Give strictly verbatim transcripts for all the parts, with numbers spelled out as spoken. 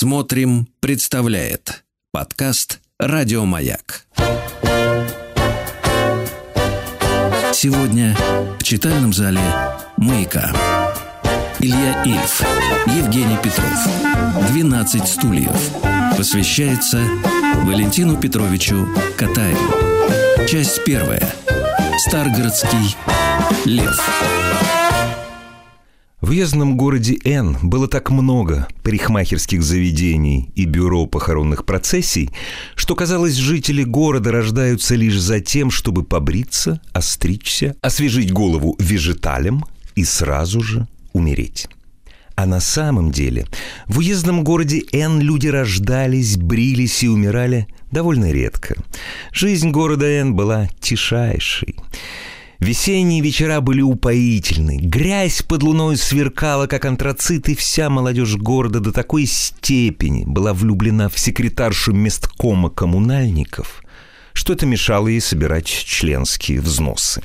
Смотрим, представляет подкаст «Радио Маяк». Сегодня в читальном зале «Маяка». Илья Ильф, Евгений Петров. «двенадцать стульев». Посвящается Валентину Петровичу Катаеву. Часть первая. Старгородский лев. В уездном городе Н было так много парикмахерских заведений и бюро похоронных процессий, что, казалось, жители города рождаются лишь за тем, чтобы побриться, остричься, освежить голову вежеталем и сразу же умереть. А на самом деле в уездном городе Н люди рождались, брились и умирали довольно редко. Жизнь города Н была тишайшей. Весенние вечера были упоительны, грязь под луной сверкала, как антрацит, и вся молодежь города до такой степени была влюблена в секретаршу месткома коммунальников, что это мешало ей собирать членские взносы.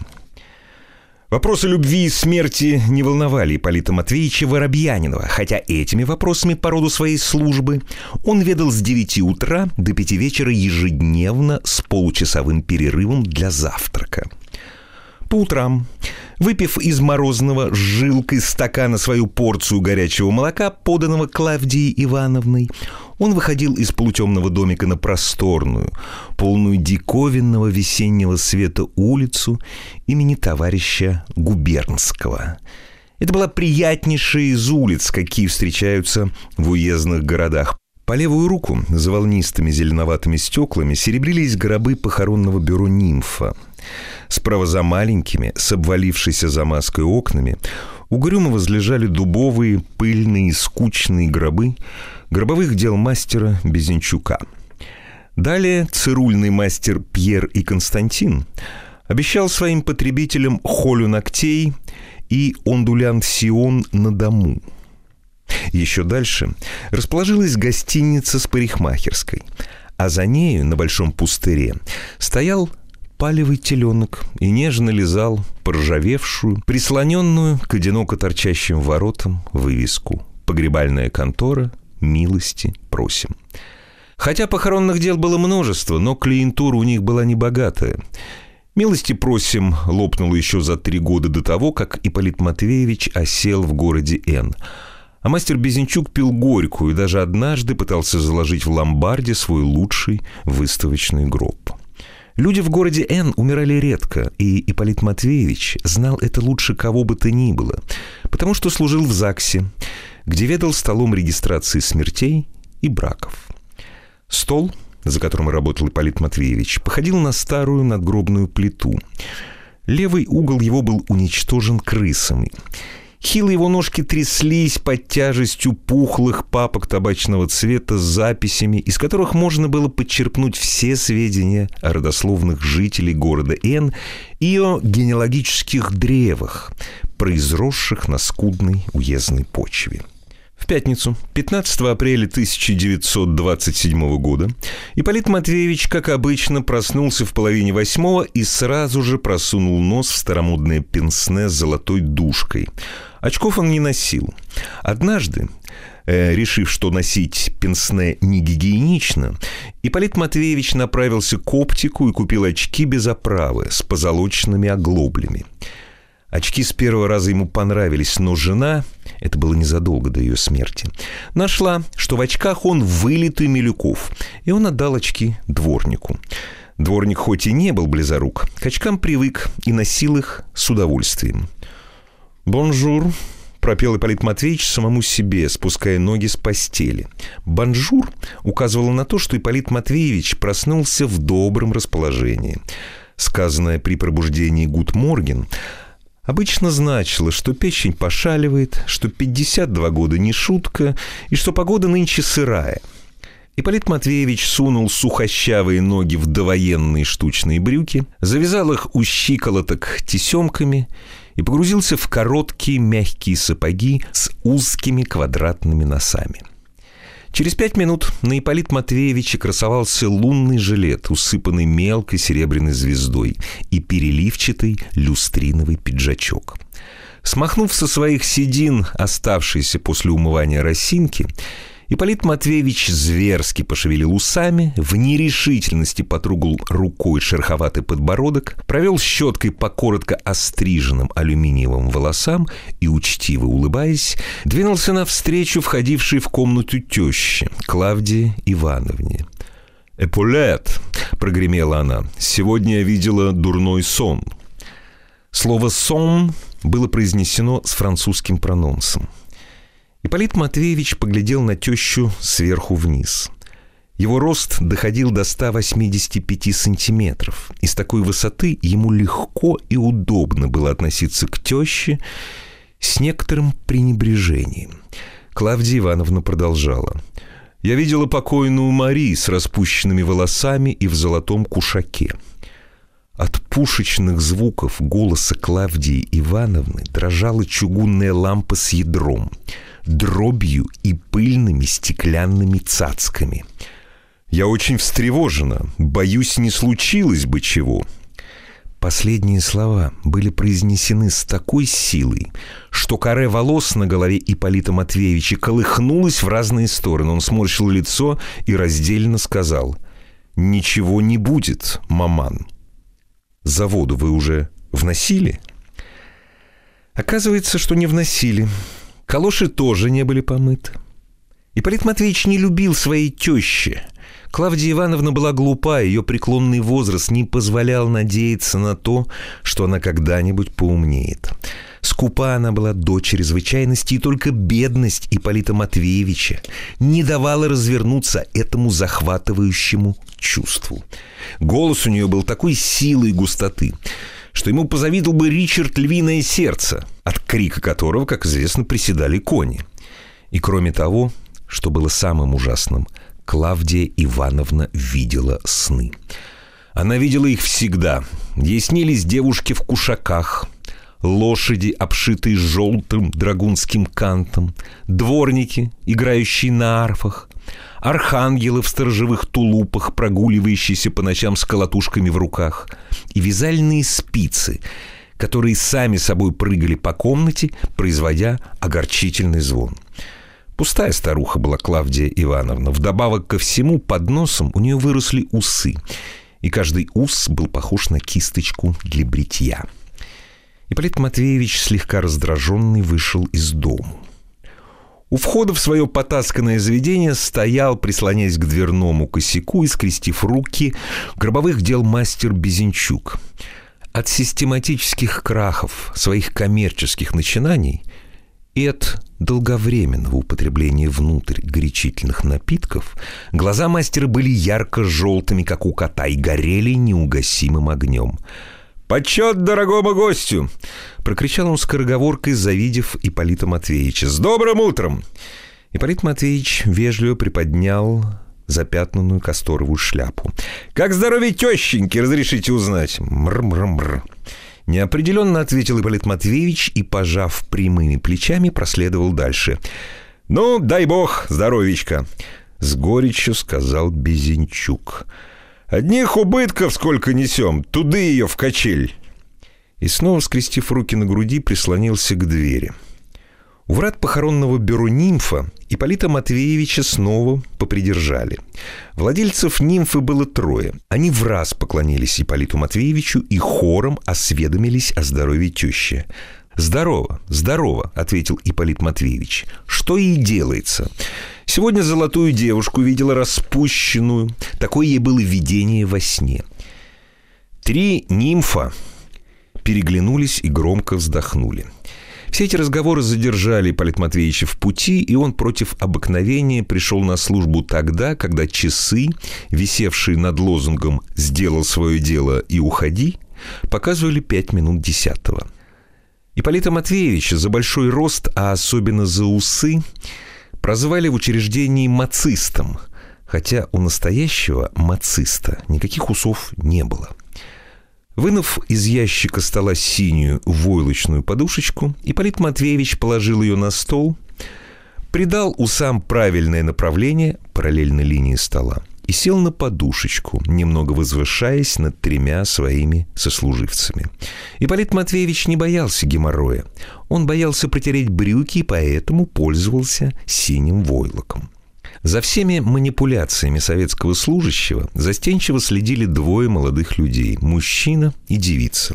Вопросы любви и смерти не волновали Ипполита Матвеевича Воробьянинова, хотя этими вопросами по роду своей службы он ведал с девяти утра до пяти вечера ежедневно с получасовым перерывом для завтрака. По утрам, выпив из морозного с жилкой стакана свою порцию горячего молока, поданного Клавдией Ивановной, он выходил из полутемного домика на просторную, полную диковинного весеннего света улицу имени товарища Губернского. Это была приятнейшая из улиц, какие встречаются в уездных городах. По левую руку, за волнистыми зеленоватыми стеклами, серебрились гробы похоронного бюро «Нимфа». Справа за маленькими, с обвалившейся замазкой окнами, угрюмо возлежали дубовые, пыльные, скучные гробы гробовых дел мастера Безенчука. Далее цирульный мастер Пьер и Константин обещал своим потребителям холю ногтей и ондулянт-сион на дому. Еще дальше расположилась гостиница с парикмахерской, а за нею на большом пустыре стоял палевый теленок и нежно лизал поржавевшую, прислоненную к одиноко торчащим воротам вывеску «Погребальная контора, милости просим». Хотя похоронных дел было множество, но клиентура у них была небогатая. «Милости просим» лопнуло еще за три года до того, как Ипполит Матвеевич осел в городе Н. А мастер Безенчук пил горькую и даже однажды пытался заложить в ломбарде свой лучший выставочный гроб. Люди в городе Н умирали редко, и Ипполит Матвеевич знал это лучше кого бы то ни было, потому что служил в ЗАГСе, где ведал столом регистрации смертей и браков. Стол, за которым работал Ипполит Матвеевич, походил на старую надгробную плиту. Левый угол его был уничтожен крысами. Хилые его ножки тряслись под тяжестью пухлых папок табачного цвета с записями, из которых можно было подчерпнуть все сведения о родословных жителей города Н и о генеалогических древах, произросших на скудной уездной почве. В пятницу, пятнадцатого апреля тысяча девятьсот двадцать седьмого года, Ипполит Матвеевич, как обычно, проснулся в половине восьмого и сразу же просунул нос в старомодное пенсне с золотой дужкой. Очков он не носил. Однажды, э, решив, что носить пенсне не гигиенично, Ипполит Матвеевич направился к оптику и купил очки без оправы с позолоченными оглоблями. Очки с первого раза ему понравились, но жена, это было незадолго до ее смерти, нашла, что в очках он вылитый Милюков, и он отдал очки дворнику. Дворник хоть и не был близорук, к очкам привык и носил их с удовольствием. «Бонжур», — пропел Ипполит Матвеевич самому себе, спуская ноги с постели. «Бонжур» указывало на то, что Ипполит Матвеевич проснулся в добром расположении. Сказанное при пробуждении «Гут Морген» обычно значило, что печень пошаливает, что пятьдесят два года не шутка и что погода нынче сырая. Ипполит Матвеевич сунул сухощавые ноги в довоенные штучные брюки, завязал их у щиколоток тесемками и погрузился в короткие мягкие сапоги с узкими квадратными носами. Через пять минут на Ипполите Матвеевиче красовался лунный жилет, усыпанный мелкой серебряной звездой, и переливчатый люстриновый пиджачок. Смахнув со своих седин оставшиеся после умывания росинки, Ипполит Матвеевич зверски пошевелил усами, в нерешительности потрогал рукой шероховатый подбородок, провел щеткой по коротко остриженным алюминиевым волосам и, учтиво улыбаясь, двинулся навстречу входившей в комнату тещи, Клавдии Ивановне. «Эполет!» — прогремела она. «Сегодня я видела дурной сон». Слово «сон» было произнесено с французским прононсом. Ипполит Матвеевич поглядел на тещу сверху вниз. Его рост доходил до ста восьмидесяти пяти сантиметров, и с такой высоты ему легко и удобно было относиться к теще с некоторым пренебрежением. Клавдия Ивановна продолжала. «Я видела покойную Мари с распущенными волосами и в золотом кушаке». От пушечных звуков голоса Клавдии Ивановны дрожала чугунная лампа с ядром, дробью и пыльными стеклянными цацками. «Я очень встревожена. Боюсь, не случилось бы чего». Последние слова были произнесены с такой силой, что каре волос на голове Ипполита Матвеевича колыхнулось в разные стороны. Он сморщил лицо и раздельно сказал: «Ничего не будет, маман». «Заводу вы уже вносили?» Оказывается, что не вносили. Калоши тоже не были помыты. Ипполит Матвеевич не любил своей тещи. Клавдия Ивановна была глупа, ее преклонный возраст не позволял надеяться на то, что она когда-нибудь поумнеет. Скупа она была до чрезвычайности, и только бедность Ипполита Матвеевича не давала развернуться этому захватывающему чувству. Голос у нее был такой силы и густоты, что ему позавидовал бы Ричард Львиное Сердце, от крика которого, как известно, приседали кони. И кроме того, что было самым ужасным, Клавдия Ивановна видела сны. Она видела их всегда. Ей снились девушки в кушаках, лошади, обшитые желтым драгунским кантом, дворники, играющие на арфах, архангелы в сторожевых тулупах, прогуливающиеся по ночам с колотушками в руках, и вязальные спицы, которые сами собой прыгали по комнате, производя огорчительный звон. Пустая старуха была Клавдия Ивановна. Вдобавок ко всему, под носом у нее выросли усы, и каждый ус был похож на кисточку для бритья. Ипполит Матвеевич, слегка раздраженный, вышел из дому. У входа в свое потасканное заведение стоял, прислоняясь к дверному косяку и скрестив руки, гробовых дел мастер Безенчук. От систематических крахов своих коммерческих начинаний и от долговременного употребления внутрь горячительных напитков глаза мастера были ярко-желтыми, как у кота, и горели неугасимым огнем. «Почет дорогому гостю!» — прокричал он скороговоркой, завидев Ипполита Матвеевича. «С добрым утром!» Ипполит Матвеевич вежливо приподнял запятнанную касторовую шляпу. «Как здоровье тещеньки, разрешите узнать?» «Мр-мр-мр!» Неопределенно ответил Ипполит Матвеевич и, пожав прямыми плечами, проследовал дальше. «Ну, дай бог, здоровичка!» — с горечью сказал Безенчук. «Одних убытков сколько несем, туды ее в качель!» И снова, скрестив руки на груди, прислонился к двери. У врат похоронного бюро «Нимфа» Ипполита Матвеевича снова попридержали. Владельцев «Нимфы» было трое. Они враз поклонились Ипполиту Матвеевичу и хором осведомились о здоровье тещи. «Здорово, здорово», — ответил Ипполит Матвеевич. «Что ей делается? Сегодня золотую девушку видела распущенную. Такое ей было видение во сне». Три «Нимфа» переглянулись и громко вздохнули. Все эти разговоры задержали Ипполита Матвеевича в пути, и он против обыкновения пришел на службу тогда, когда часы, висевшие над лозунгом «Сделал свое дело и уходи», показывали пять минут десятого. Ипполита Матвеевича за большой рост, а особенно за усы, прозвали в учреждении мацистом, хотя у настоящего мациста никаких усов не было. Вынув из ящика стола синюю войлочную подушечку, Ипполит Матвеевич положил ее на стол, придал усам правильное направление параллельно линии стола и сел на подушечку, немного возвышаясь над тремя своими сослуживцами. Ипполит Матвеевич не боялся геморроя. Он боялся протереть брюки и поэтому пользовался синим войлоком. За всеми манипуляциями советского служащего застенчиво следили двое молодых людей – мужчина и девица.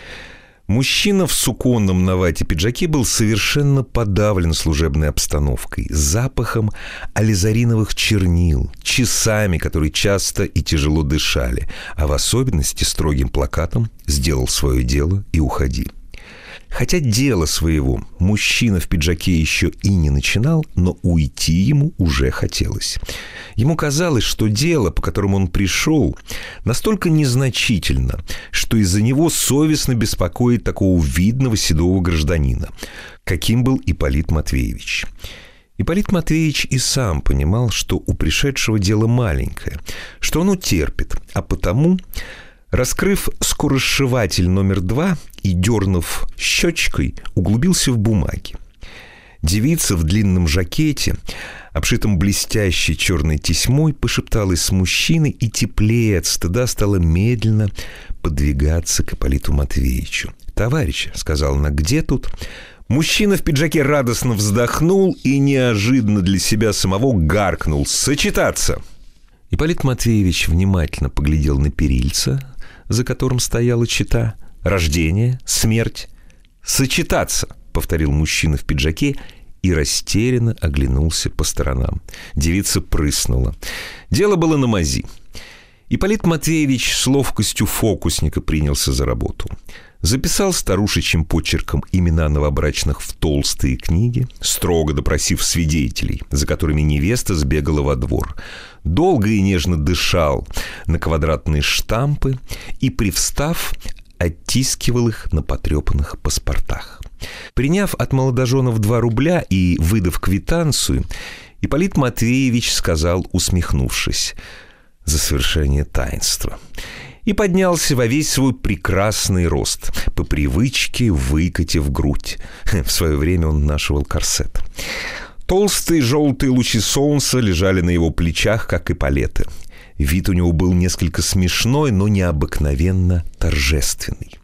Мужчина в суконном на вате пиджаке был совершенно подавлен служебной обстановкой, запахом ализариновых чернил, часами, которые часто и тяжело дышали, а в особенности строгим плакатом «Сделал свое дело и уходи». Хотя дело своего мужчина в пиджаке еще и не начинал, но уйти ему уже хотелось. Ему казалось, что дело, по которому он пришел, настолько незначительно, что из-за него совестно беспокоит такого видного седого гражданина, каким был Ипполит Матвеевич. Ипполит Матвеевич и сам понимал, что у пришедшего дело маленькое, что оно терпит, а потому... Раскрыв скоросшиватель номер два и дернув щечкой, углубился в бумаги. Девица в длинном жакете, обшитом блестящей черной тесьмой, пошепталась с мужчиной и теплее от стыда стала медленно подвигаться к Ипполиту Матвеевичу. «Товарищ», — сказала она, — «где тут?» Мужчина в пиджаке радостно вздохнул и неожиданно для себя самого гаркнул: «Сочетаться!» Ипполит Матвеевич внимательно поглядел на перильца, за которым стояла чета. «Рождение, смерть, сочетаться», — повторил мужчина в пиджаке и растерянно оглянулся по сторонам. Девица прыснула. Дело было на мази. Ипполит Матвеевич с ловкостью фокусника принялся за работу. Записал старушечьим почерком имена новобрачных в толстые книги, строго допросив свидетелей, за которыми невеста сбегала во двор. Долго и нежно дышал на квадратные штампы и, привстав, оттискивал их на потрепанных паспортах. Приняв от молодоженов два рубля и выдав квитанцию, Ипполит Матвеевич сказал, усмехнувшись: «За совершение таинства», и поднялся во весь свой прекрасный рост, по привычке выкатив грудь. В свое время он нашивал корсет. Толстые желтые лучи солнца лежали на его плечах, как эполеты. Вид у него был несколько смешной, но необыкновенно торжественный.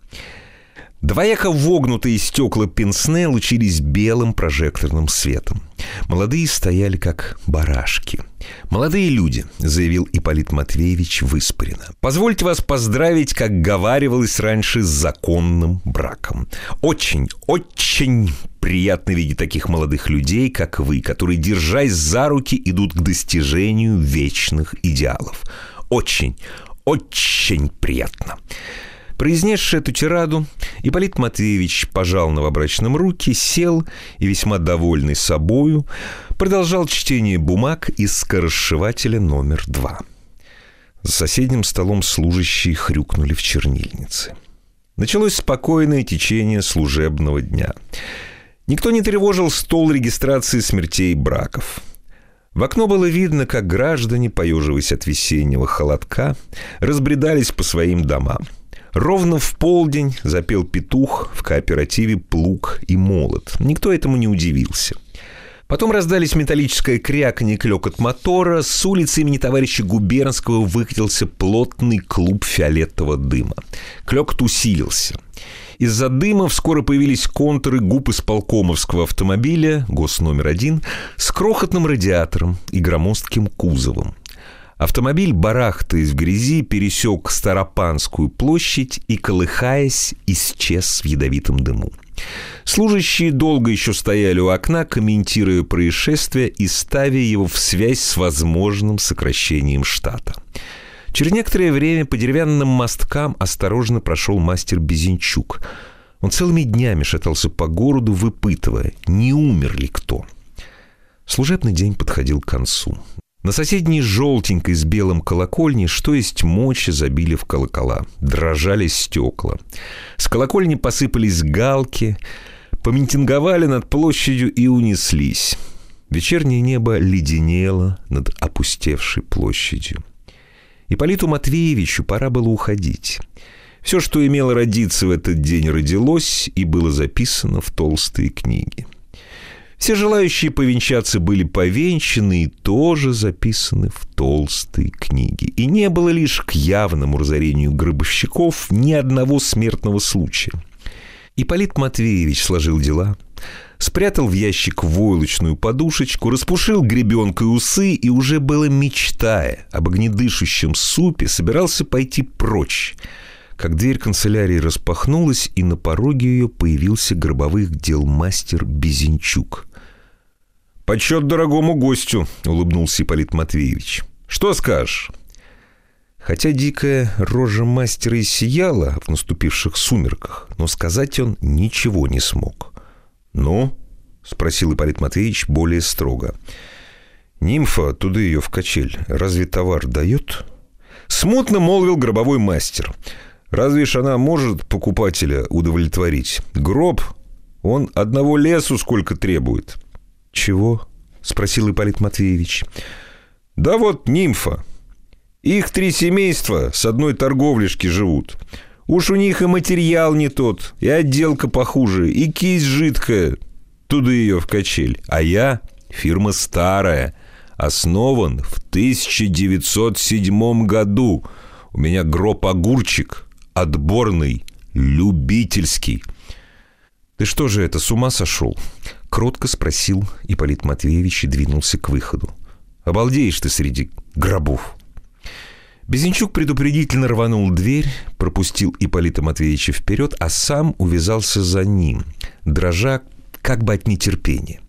Двояко вогнутые стекла пенсне лучились белым прожекторным светом. Молодые стояли, как барашки. «Молодые люди», — заявил Ипполит Матвеевич выспаренно, — «позвольте вас поздравить, как говаривалось раньше, с законным браком. Очень, очень приятно видеть таких молодых людей, как вы, которые, держась за руки, идут к достижению вечных идеалов. Очень, очень приятно». Произнесший эту тираду, Ипполит Матвеевич пожал новобрачным руки, сел и, весьма довольный собою, продолжал чтение бумаг из скоросшивателя номер два. За соседним столом служащие хрюкнули в чернильнице. Началось спокойное течение служебного дня. Никто не тревожил стол регистрации смертей и браков. В окно было видно, как граждане, поеживаясь от весеннего холодка, разбредались по своим домам. Ровно в полдень запел петух в кооперативе «Плуг и молот». Никто этому не удивился. Потом раздались металлическое кряканье, клёкот мотора. С улицы имени товарища Губернского выкатился плотный клуб фиолетового дыма. Клёкот усилился. Из-за дыма вскоре появились контуры губ исполкомовского автомобиля, гос номер один, с крохотным радиатором и громоздким кузовом. Автомобиль, барахтаясь в грязи, пересек Старопанскую площадь и, колыхаясь, исчез в ядовитом дыму. Служащие долго еще стояли у окна, комментируя происшествие и ставя его в связь с возможным сокращением штата. Через некоторое время по деревянным мосткам осторожно прошел мастер Безенчук. Он целыми днями шатался по городу, выпытывая, не умер ли кто. Служебный день подходил к концу. На соседней желтенькой с белым колокольне, что есть мочи, забили в колокола. Дрожали стекла. С колокольни посыпались галки, помитинговали над площадью и унеслись. Вечернее небо леденело над опустевшей площадью. Ипполиту Матвеевичу пора было уходить. Все, что имело родиться в этот день, родилось и было записано в толстые книги. Все желающие повенчаться были повенчаны и тоже записаны в толстые книги. И не было лишь к явному разорению гробовщиков ни одного смертного случая. Ипполит Матвеевич сложил дела, спрятал в ящик войлочную подушечку, распушил гребенкой усы и, уже было мечтая об огнедышащем супе, собирался пойти прочь, как дверь канцелярии распахнулась, и на пороге ее появился гробовых дел мастер Безенчук. «Почет дорогому гостю», — улыбнулся Ипполит Матвеевич. «Что скажешь?» Хотя дикая рожа мастера и сияла в наступивших сумерках, но сказать он ничего не смог. «Ну?» — спросил Ипполит Матвеевич более строго. «Нимфа, туда ее в качель, разве товар дает?» Смутно молвил гробовой мастер. «Разве ж она может покупателя удовлетворить? Гроб, он одного лесу сколько требует». «Чего?» — спросил Ипполит Матвеевич. «Да вот нимфа. Их три семейства с одной торговлишки живут. Уж у них и материал не тот, и отделка похуже, и кисть жидкая. Туда ее в качель. А я фирма старая, основан в тысяча девятьсот седьмом году. У меня гроб-огурчик, отборный, любительский». «Ты что же это, с ума сошел?» — кротко спросил Ипполит Матвеевич и двинулся к выходу. «Обалдеешь ты среди гробов». Безенчук предупредительно рванул дверь, пропустил Ипполита Матвеевича вперед, а сам увязался за ним, дрожа как бы от нетерпения.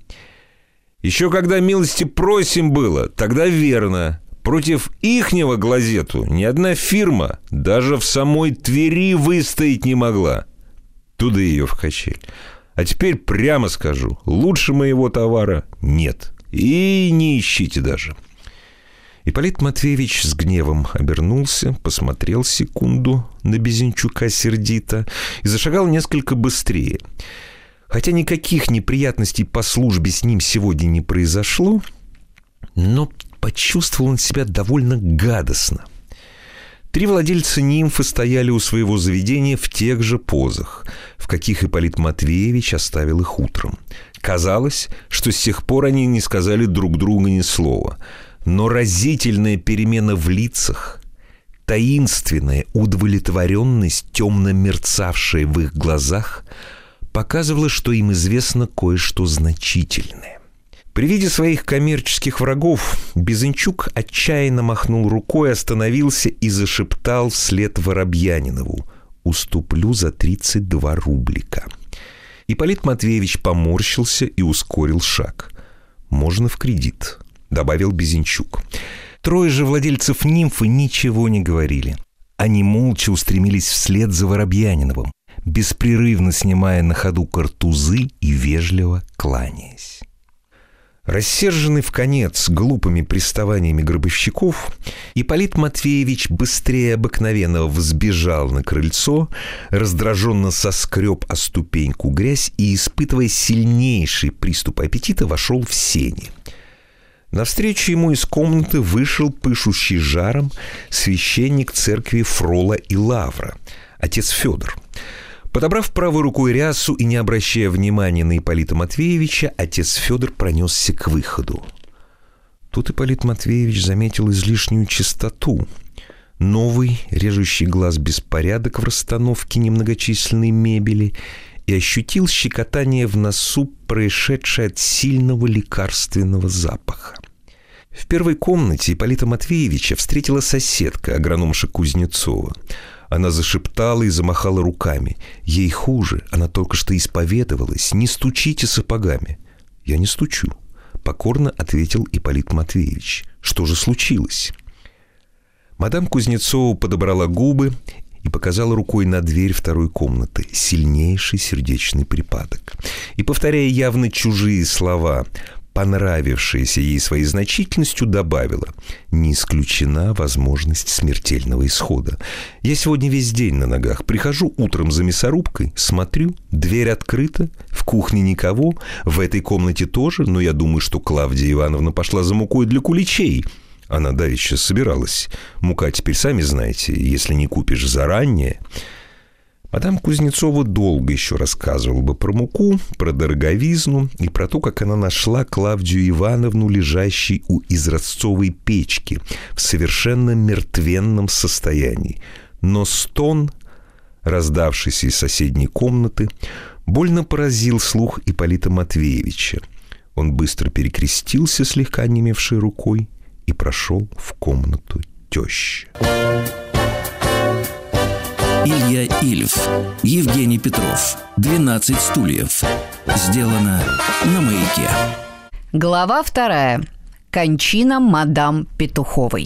«Еще когда милости просим было, тогда верно. Против ихнего глазету ни одна фирма даже в самой Твери выстоять не могла. Туда ее в качель. А теперь прямо скажу, лучше моего товара нет. И не ищите даже». Ипполит Матвеевич с гневом обернулся, посмотрел секунду на Безенчука сердито и зашагал несколько быстрее. Хотя никаких неприятностей по службе с ним сегодня не произошло, но почувствовал он себя довольно гадостно. Три владельца нимфы стояли у своего заведения в тех же позах, в каких Ипполит Матвеевич оставил их утром. Казалось, что с тех пор они не сказали друг другу ни слова. Но разительная перемена в лицах, таинственная удовлетворенность, темно мерцавшая в их глазах, показывала, что им известно кое-что значительное. При виде своих коммерческих врагов Безенчук отчаянно махнул рукой, остановился и зашептал вслед Воробьянинову: «Уступлю за тридцать два рублика». Ипполит Матвеевич поморщился и ускорил шаг. «Можно в кредит», — добавил Безенчук. Трое же владельцев нимфы ничего не говорили. Они молча устремились вслед за Воробьяниновым, беспрерывно снимая на ходу картузы и вежливо кланяясь. Рассерженный вконец глупыми приставаниями гробовщиков, Ипполит Матвеевич быстрее обыкновенного взбежал на крыльцо, раздраженно соскреб о ступеньку грязь и, испытывая сильнейший приступ аппетита, вошел в сени. Навстречу ему из комнаты вышел пышущий жаром священник церкви Фрола и Лавра, отец Федор. Подобрав правой рукой рясу и не обращая внимания на Ипполита Матвеевича, отец Федор пронесся к выходу. Тут Ипполит Матвеевич заметил излишнюю чистоту, новый режущий глаз беспорядок в расстановке немногочисленной мебели и ощутил щекотание в носу, происшедшее от сильного лекарственного запаха. В первой комнате Ипполита Матвеевича встретила соседка, агрономша Кузнецова. Она зашептала и замахала руками. Ей хуже, она только что исповедовалась. «Не стучите сапогами». «Я не стучу», — покорно ответил Ипполит Матвеевич. «Что же случилось?» Мадам Кузнецова подобрала губы и показала рукой на дверь второй комнаты. Сильнейший сердечный припадок. И, повторяя явно чужие слова, понравившаяся ей своей значительностью, добавила: «Не исключена возможность смертельного исхода. Я сегодня весь день на ногах. Прихожу утром за мясорубкой, смотрю, дверь открыта, в кухне никого, в этой комнате тоже, но я думаю, что Клавдия Ивановна пошла за мукой для куличей. Она давеча собиралась. Мука теперь, сами знаете, если не купишь заранее». Мадам Кузнецова долго еще рассказывала бы про муку, про дороговизну и про то, как она нашла Клавдию Ивановну, лежащей у изразцовой печки, в совершенно мертвенном состоянии. Но стон, раздавшийся из соседней комнаты, больно поразил слух Ипполита Матвеевича. Он быстро перекрестился слегка онемевшей рукой и прошел в комнату тещи. Илья Ильф, Евгений Петров. «двенадцать стульев». Сделано на Маяке. Глава вторая. Кончина мадам Петуховой.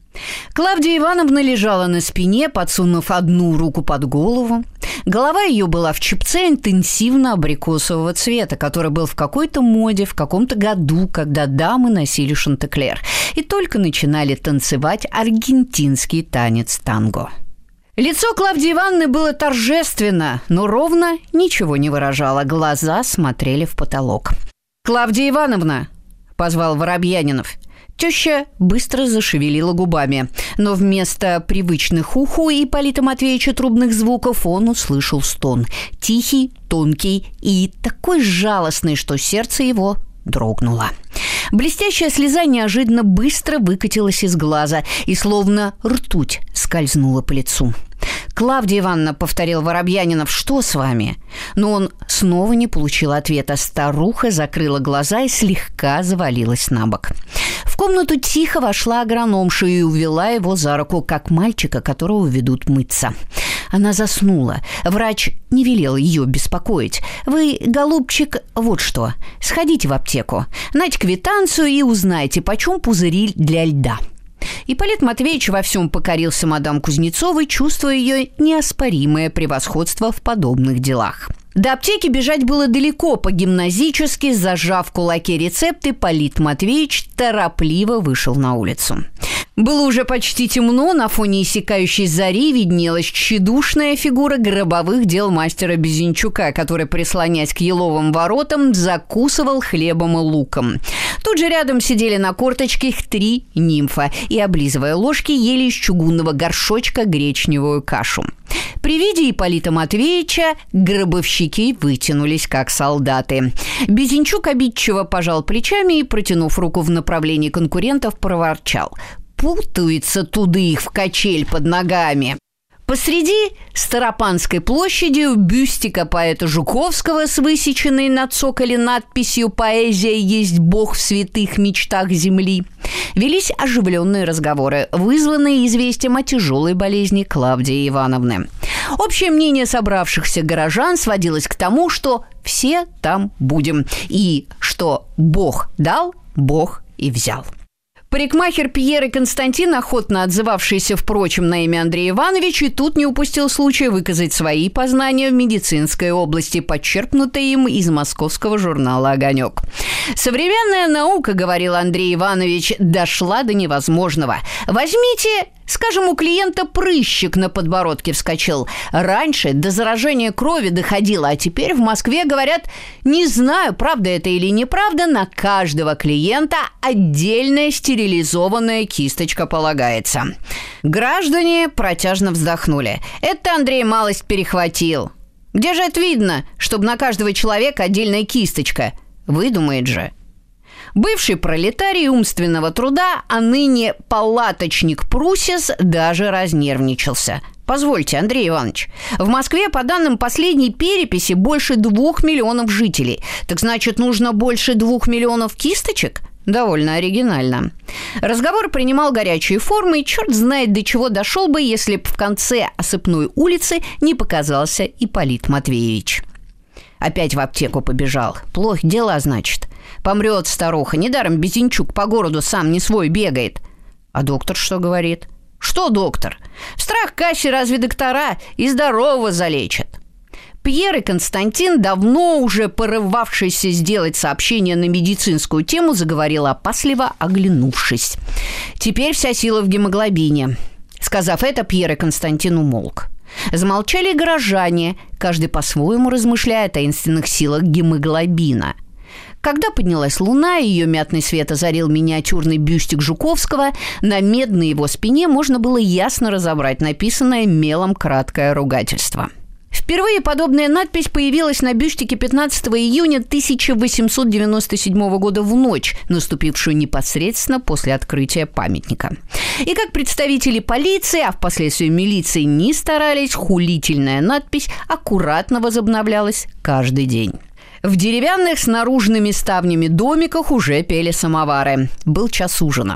Клавдия Ивановна лежала на спине, подсунув одну руку под голову. Голова ее была в чепце интенсивно-абрикосового цвета, который был в какой-то моде в каком-то году, когда дамы носили шантеклер и только начинали танцевать аргентинский танец танго. Лицо Клавдии Ивановны было торжественно, но ровно ничего не выражало. Глаза смотрели в потолок. «Клавдия Ивановна!» – позвал Воробьянинов. Теща быстро зашевелила губами, но вместо привычных уху Ипполита Матвеевича трубных звуков он услышал стон. Тихий, тонкий и такой жалостный, что сердце его дрогнуло. Блестящая слеза неожиданно быстро выкатилась из глаза и словно ртуть скользнула по лицу. «Клавдия Ивановна», — повторил Воробьянинов, — «что с вами?» Но он снова не получил ответа. Старуха закрыла глаза и слегка завалилась на бок. В комнату тихо вошла агрономша и увела его за руку, как мальчика, которого ведут мыться. Она заснула. Врач не велел ее беспокоить. «Вы, голубчик, вот что. Сходите в аптеку, найдите квитанцию и узнайте, почем пузыри для льда». Ипполит Матвеевич во всем покорился мадам Кузнецовой, чувствуя ее неоспоримое превосходство в подобных делах. До аптеки бежать было далеко, по-гимназически, зажав в кулаке рецепт, Ипполит Матвеевич торопливо вышел на улицу. Было уже почти темно, на фоне иссякающей зари виднелась тщедушная фигура гробовых дел мастера Безенчука, который, прислонясь к еловым воротам, закусывал хлебом и луком. Тут же рядом сидели на корточках три нимфа и, облизывая ложки, ели из чугунного горшочка гречневую кашу. При виде Ипполита Матвеевича гробовщики вытянулись, как солдаты. Безенчук обидчиво пожал плечами и, протянув руку в направлении конкурентов, проворчал: «Путаются туды их в качель под ногами». Посреди Старопанской площади у бюстика поэта Жуковского с высеченной на цоколе надписью «Поэзия есть Бог в святых мечтах земли» велись оживленные разговоры, вызванные известием о тяжелой болезни Клавдии Ивановны. Общее мнение собравшихся горожан сводилось к тому, что все там будем, и что Бог дал, Бог и взял. Парикмахер Пьер и Константин, охотно отзывавшийся, впрочем, на имя Андрей Иванович, и тут не упустил случая выказать свои познания в медицинской области, подчерпнутые им из московского журнала «Огонек». «Современная наука, — говорил Андрей Иванович, — дошла до невозможного. Возьмите, скажем, у клиента прыщик на подбородке вскочил. Раньше до заражения крови доходило, а теперь в Москве говорят, не знаю, правда это или неправда, на каждого клиента отдельная стерилизованная кисточка полагается». Граждане протяжно вздохнули. «Это Андрей малость перехватил. Где же это видно, чтобы на каждого человека отдельная кисточка? Выдумает же». Бывший пролетарий умственного труда, а ныне палаточник Прусис, даже разнервничался. Позвольте, Андрей Иванович, в Москве, по данным последней переписи, больше двух миллионов жителей. Так значит, нужно больше двух миллионов кисточек? Довольно оригинально. Разговор принимал горячие формы, и черт знает, до чего дошел бы, если б в конце Осыпной улицы не показался Ипполит Матвеевич. Опять в аптеку побежал. Плохо дела, значит. Помрет старуха. Недаром Безенчук по городу сам не свой бегает. А доктор что говорит? Что доктор? В страхкассе разве доктора и здорового залечат? Пьер и Константин, давно уже порывавшийся сделать сообщение на медицинскую тему, заговорил опасливо, оглянувшись. Теперь вся сила в гемоглобине. Сказав это, Пьер и Константин умолк. Замолчали горожане, каждый по-своему размышляя о таинственных силах гемоглобина. Когда поднялась луна, и ее мятный свет озарил миниатюрный бюстик Жуковского, на медной его спине можно было ясно разобрать написанное мелом краткое ругательство. Впервые подобная надпись появилась на бюстике пятнадцатого июня тысяча восемьсот девяносто седьмого года в ночь, наступившую непосредственно после открытия памятника. И как представители полиции, а впоследствии милиции не старались, хулительная надпись аккуратно возобновлялась каждый день. В деревянных с наружными ставнями домиках уже пели самовары. Был час ужина.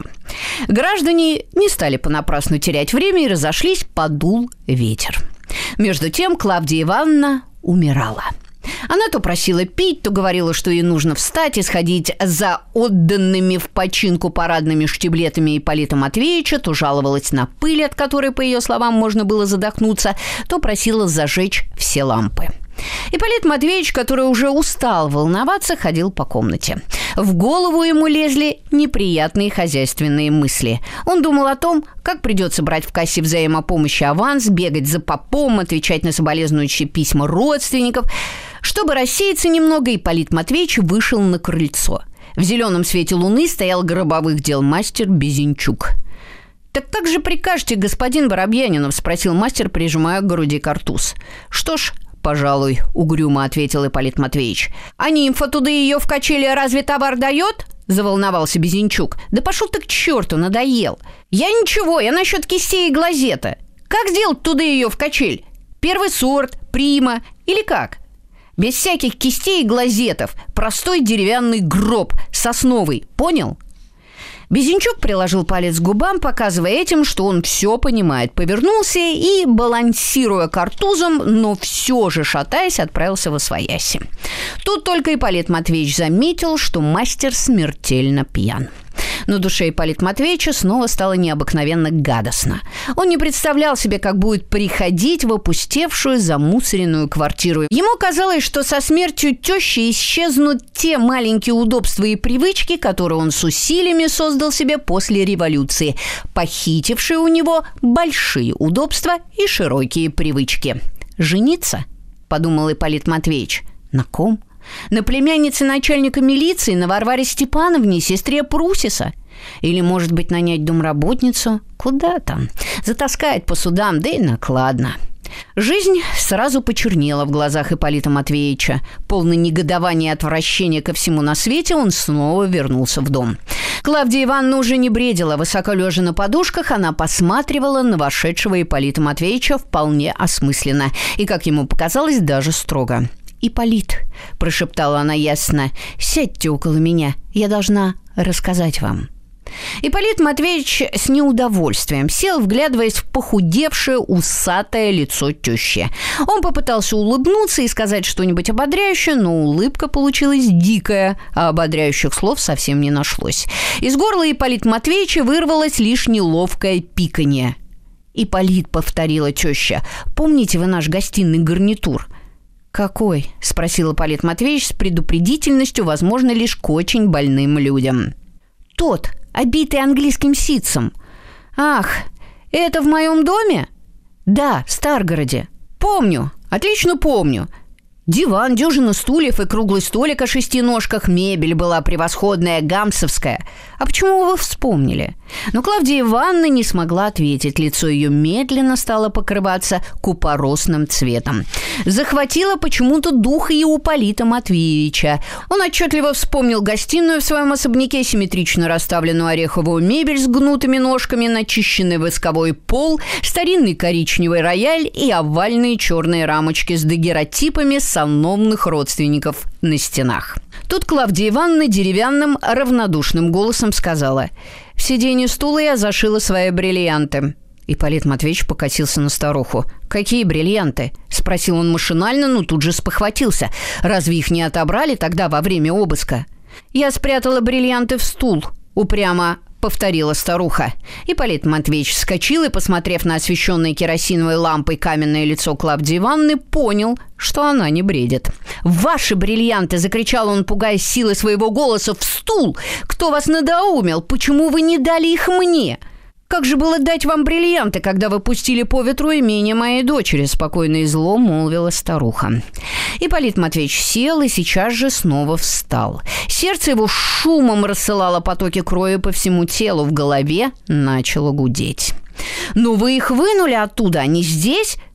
Граждане не стали понапрасну терять время и разошлись, подул ветер. Между тем Клавдия Ивановна умирала. Она то просила пить, то говорила, что ей нужно встать и сходить за отданными в починку парадными штиблетами Ипполита Матвеевича, то жаловалась на пыль, от которой, по ее словам, можно было задохнуться, то просила зажечь все лампы. Ипполит Матвеевич, который уже устал волноваться, ходил по комнате. В голову ему лезли неприятные хозяйственные мысли. Он думал о том, как придется брать в кассе взаимопомощи аванс, бегать за попом, отвечать на соболезнующие письма родственников. Чтобы рассеяться немного, Ипполит Матвеевич вышел на крыльцо. В зеленом свете луны стоял гробовых дел мастер Безенчук. «Так как же прикажете, господин Воробьянинов?» – спросил мастер, прижимая к груди картуз. «Что ж, пожалуй», — угрюмо ответил Ипполит Матвеевич. «А нимфа туда ее в качели разве товар дает?» — заволновался Безенчук. «Да пошел ты к черту, надоел. Я ничего, я насчет кистей и глазета. Как сделать туда ее в качель? Первый сорт, прима или как? Без всяких кистей и глазетов. Простой деревянный гроб, сосновый. Понял?» Безенчук приложил палец к губам, показывая этим, что он все понимает. Повернулся и, балансируя картузом, но все же шатаясь, отправился восвояси. Тут только Ипполит Матвеевич заметил, что мастер смертельно пьян. На душе Ипполита Матвеевича снова стало необыкновенно гадостно. Он не представлял себе, как будет приходить в опустевшую замусоренную квартиру. Ему казалось, что со смертью тещи исчезнут те маленькие удобства и привычки, которые он с усилиями создал себе после революции, похитившие у него большие удобства и широкие привычки. «Жениться?» – подумал Ипполит Матвеевич. «На ком? На племяннице начальника милиции, на Варваре Степановне, сестре Прусиса? Или, может быть, нанять домработницу? Куда там? Затаскает по судам, да и накладно». Жизнь сразу почернела в глазах Ипполита Матвеевича. Полный негодования и отвращения ко всему на свете, он снова вернулся в дом. Клавдия Ивановна уже не бредила. Высоко лежа на подушках, она посматривала на вошедшего Ипполита Матвеевича вполне осмысленно и, как ему показалось, даже строго. «Ипполит», – прошептала она ясно, – «сядьте около меня, я должна рассказать вам». Ипполит Матвеевич с неудовольствием сел, вглядываясь в похудевшее усатое лицо тещи. Он попытался улыбнуться и сказать что-нибудь ободряющее, но улыбка получилась дикая, а ободряющих слов совсем не нашлось. Из горла Ипполита Матвеевича вырвалось лишь неловкое пиканье. «Ипполит», — повторила теща, — «помните вы наш гостиный гарнитур?» «Какой?» — спросил Ипполит Матвеевич с предупредительностью, возможно, лишь к очень больным людям. «Тот, обитый английским ситцем». «Ах, это в моем доме?» «Да, в Старгороде. Помню, отлично помню. Диван, дюжина стульев и круглый столик о шести ножках, мебель была превосходная, гамсовская. А почему вы вспомнили?» Но Клавдия Ивановна не смогла ответить. Лицо ее медленно стало покрываться купоросным цветом. Захватило почему-то дух и у Ипполита Матвеевича. Он отчетливо вспомнил гостиную в своем особняке, симметрично расставленную ореховую мебель с гнутыми ножками, начищенный восковой пол, старинный коричневый рояль и овальные черные рамочки с дагеротипами сановных родственников на стенах. Тут Клавдия Ивановна деревянным, равнодушным голосом сказала: «В сиденье стула я зашила свои бриллианты». Ипполит Матвеевич покосился на старуху. «Какие бриллианты?» – спросил он машинально, но тут же спохватился. «Разве их не отобрали тогда во время обыска?» «Я спрятала бриллианты в стул», – упрямо повторила старуха. Ипполит Матвеевич вскочил и, посмотрев на освещенное керосиновой лампой каменное лицо Клавдии Ивановны, понял, что она не бредит. «Ваши бриллианты!» – закричал он, пугаясь силы своего голоса. «В стул! Кто вас надоумил? Почему вы не дали их мне?» «Как же было дать вам бриллианты, когда вы пустили по ветру имение моей дочери?» – спокойно и зло молвила старуха. Ипполит Матвеевич сел и сейчас же снова встал. Сердце его шумом рассылало потоки крови по всему телу, в голове начало гудеть. «Но вы их вынули оттуда, они здесь?» –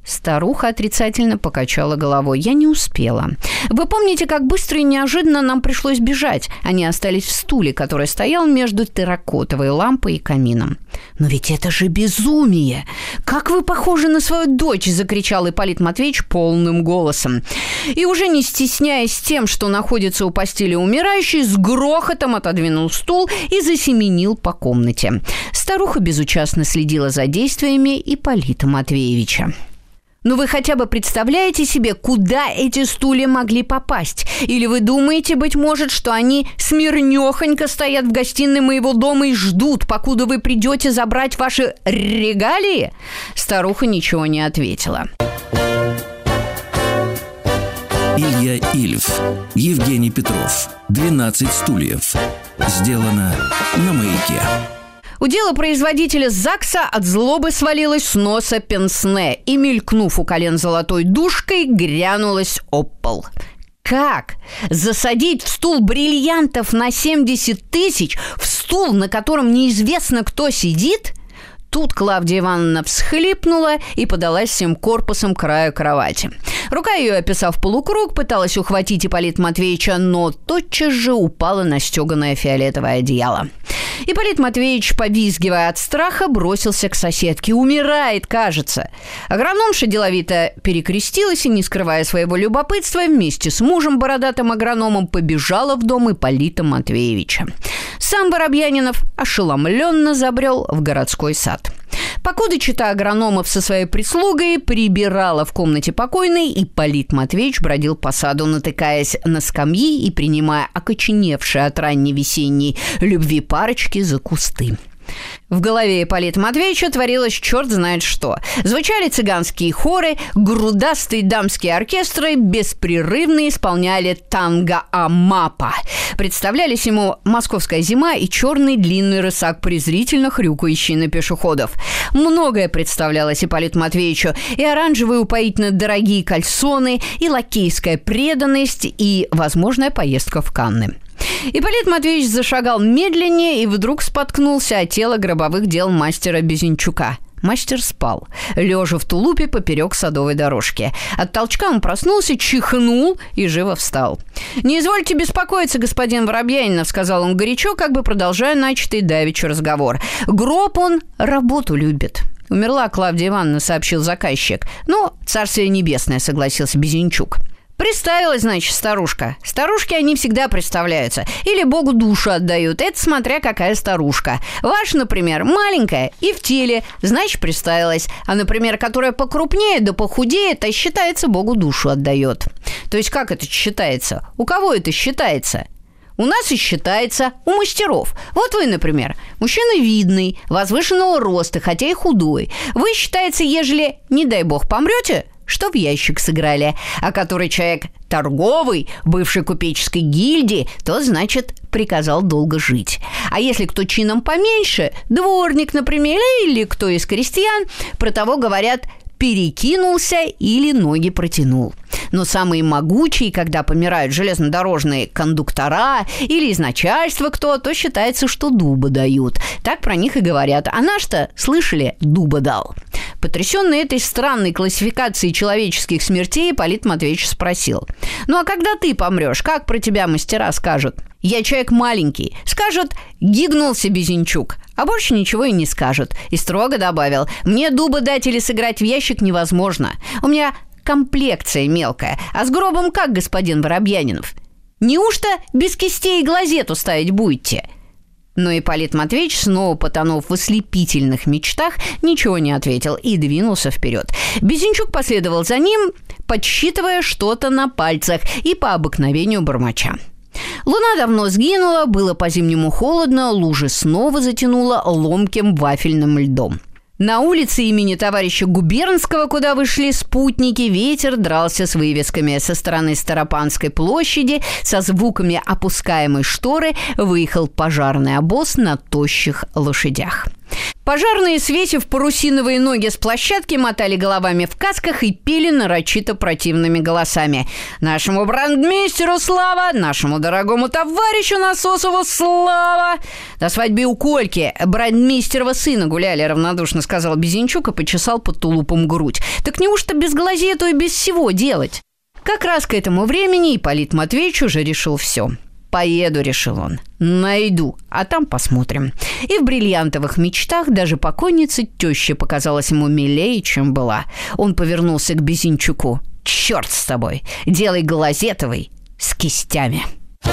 Старуха отрицательно покачала головой. «Я не успела. Вы помните, как быстро и неожиданно нам пришлось бежать? Они остались в стуле, который стоял между терракотовой лампой и камином». «Но ведь это же безумие! Как вы похожи на свою дочь!» – закричал Ипполит Матвеевич полным голосом. И уже не стесняясь тем, что находится у постели умирающей, с грохотом отодвинул стул и засеменил по комнате. Старуха безучастно следила за действиями Ипполита Матвеевича. «Ну вы хотя бы представляете себе, куда эти стулья могли попасть? Или вы думаете, быть может, что они смирнёхонько стоят в гостиной моего дома и ждут, покуда вы придете забрать ваши регалии?» Старуха ничего не ответила. Илья Ильф, Евгений Петров, «двенадцать стульев». Сделано на Маяке. У делопроизводителя ЗАГСа от злобы свалилось с носа пенсне и, мелькнув у колен золотой душкой, грянулась об пол. Как? Засадить в стул бриллиантов на семьдесят тысяч, в стул, на котором неизвестно, кто сидит? Тут Клавдия Ивановна всхлипнула и подалась всем корпусом к краю кровати. Рука ее, описав полукруг, пыталась ухватить Ипполита Матвеевича, но тотчас же упала на стеганое фиолетовое одеяло. Ипполит Матвеевич, повизгивая от страха, бросился к соседке. «Умирает, кажется». Агрономша деловито перекрестилась и, не скрывая своего любопытства, вместе с мужем, бородатым агрономом, побежала в дом Ипполита Матвеевича. Сам Воробьянинов ошеломленно забрел в городской сад. Покуда чета агрономов со своей прислугой прибирала в комнате покойной, Ипполит Матвеевич бродил по саду, натыкаясь на скамьи и принимая окоченевшие от ранней весенней любви парочки за кусты. В голове Ипполита Матвеевича творилось черт знает что. Звучали цыганские хоры, грудастые дамские оркестры беспрерывно исполняли танго Амапа. Представлялись ему московская зима и черный длинный рысак, презрительно хрюкающий на пешеходов. Многое представлялось Ипполиту Матвеевичу: и оранжевые упоительно дорогие кальсоны, и лакейская преданность, и возможная поездка в Канны. Ипполит Матвеевич зашагал медленнее и вдруг споткнулся о тело гробовых дел мастера Безенчука. Мастер спал, лежа в тулупе поперек садовой дорожки. От толчка он проснулся, чихнул и живо встал. «Не извольте беспокоиться, господин Воробьянинов», — сказал он горячо, как бы продолжая начатый давеча разговор. «Гроб он работу любит». «Умерла Клавдия Ивановна», — сообщил заказчик. «Ну, царствие небесное», — согласился Безенчук. Представилась, значит, старушка. Старушки, они всегда представляются. Или Богу душу отдают. Это смотря какая старушка. Ваша, например, маленькая и в теле, значит, представилась. А, например, которая покрупнее да похудее, то считается, Богу душу отдает. То есть как это считается? У кого это считается? У нас и считается у мастеров. Вот вы, например, мужчина видный, возвышенного роста, хотя и худой. Вы, считается, ежели, не дай бог, помрете, что в ящик сыграли, а который человек торговый, бывший купеческой гильдии, то, значит, приказал долго жить. А если кто чином поменьше, дворник, например, или кто из крестьян, про того говорят «перекинулся» или «ноги протянул». Но самые могучие, когда помирают железнодорожные кондуктора или из начальства кто, то считается, что дуба дают. Так про них и говорят. А наш-то, слышали, дуба дал. Потрясенный этой странной классификацией человеческих смертей, Ипполит Матвеевич спросил: «Ну а когда ты помрешь, как про тебя мастера скажут?» «Я человек маленький». Скажут: «Гигнулся Безенчук». А больше ничего и не скажут. И строго добавил: «Мне дуба дать или сыграть в ящик невозможно. У меня комплекция мелкая. А с гробом как, господин Воробьянинов? Неужто без кистей и глазету ставить будете?» Но Ипполит Матвеевич, снова потонув в ослепительных мечтах, ничего не ответил и двинулся вперед. Безенчук последовал за ним, подсчитывая что-то на пальцах и по обыкновению бормоча. Луна давно сгинула, было по-зимнему холодно, лужи снова затянуло ломким вафельным льдом. На улице имени товарища Губернского, куда вышли спутники, ветер дрался с вывесками. Со стороны Старопанской площади со звуками опускаемой шторы выехал пожарный обоз на тощих лошадях. Пожарные, свесив парусиновые ноги с площадки, мотали головами в касках и пели нарочито противными голосами. «Нашему брандмейстеру слава! Нашему дорогому товарищу Насосову слава!» «На свадьбе у Кольки брандмейстерова сына гуляли», — равнодушно сказал Безенчук и почесал под тулупом грудь. «Так неужто без глазей, то и без всего делать?» Как раз к этому времени Ипполит Матвеевич уже решил все. «Поеду», — решил он, — «найду, а там посмотрим». И в бриллиантовых мечтах даже покойница теща показалась ему милее, чем была. Он повернулся к Безенчуку. «Черт с тобой, делай глазетовый с кистями».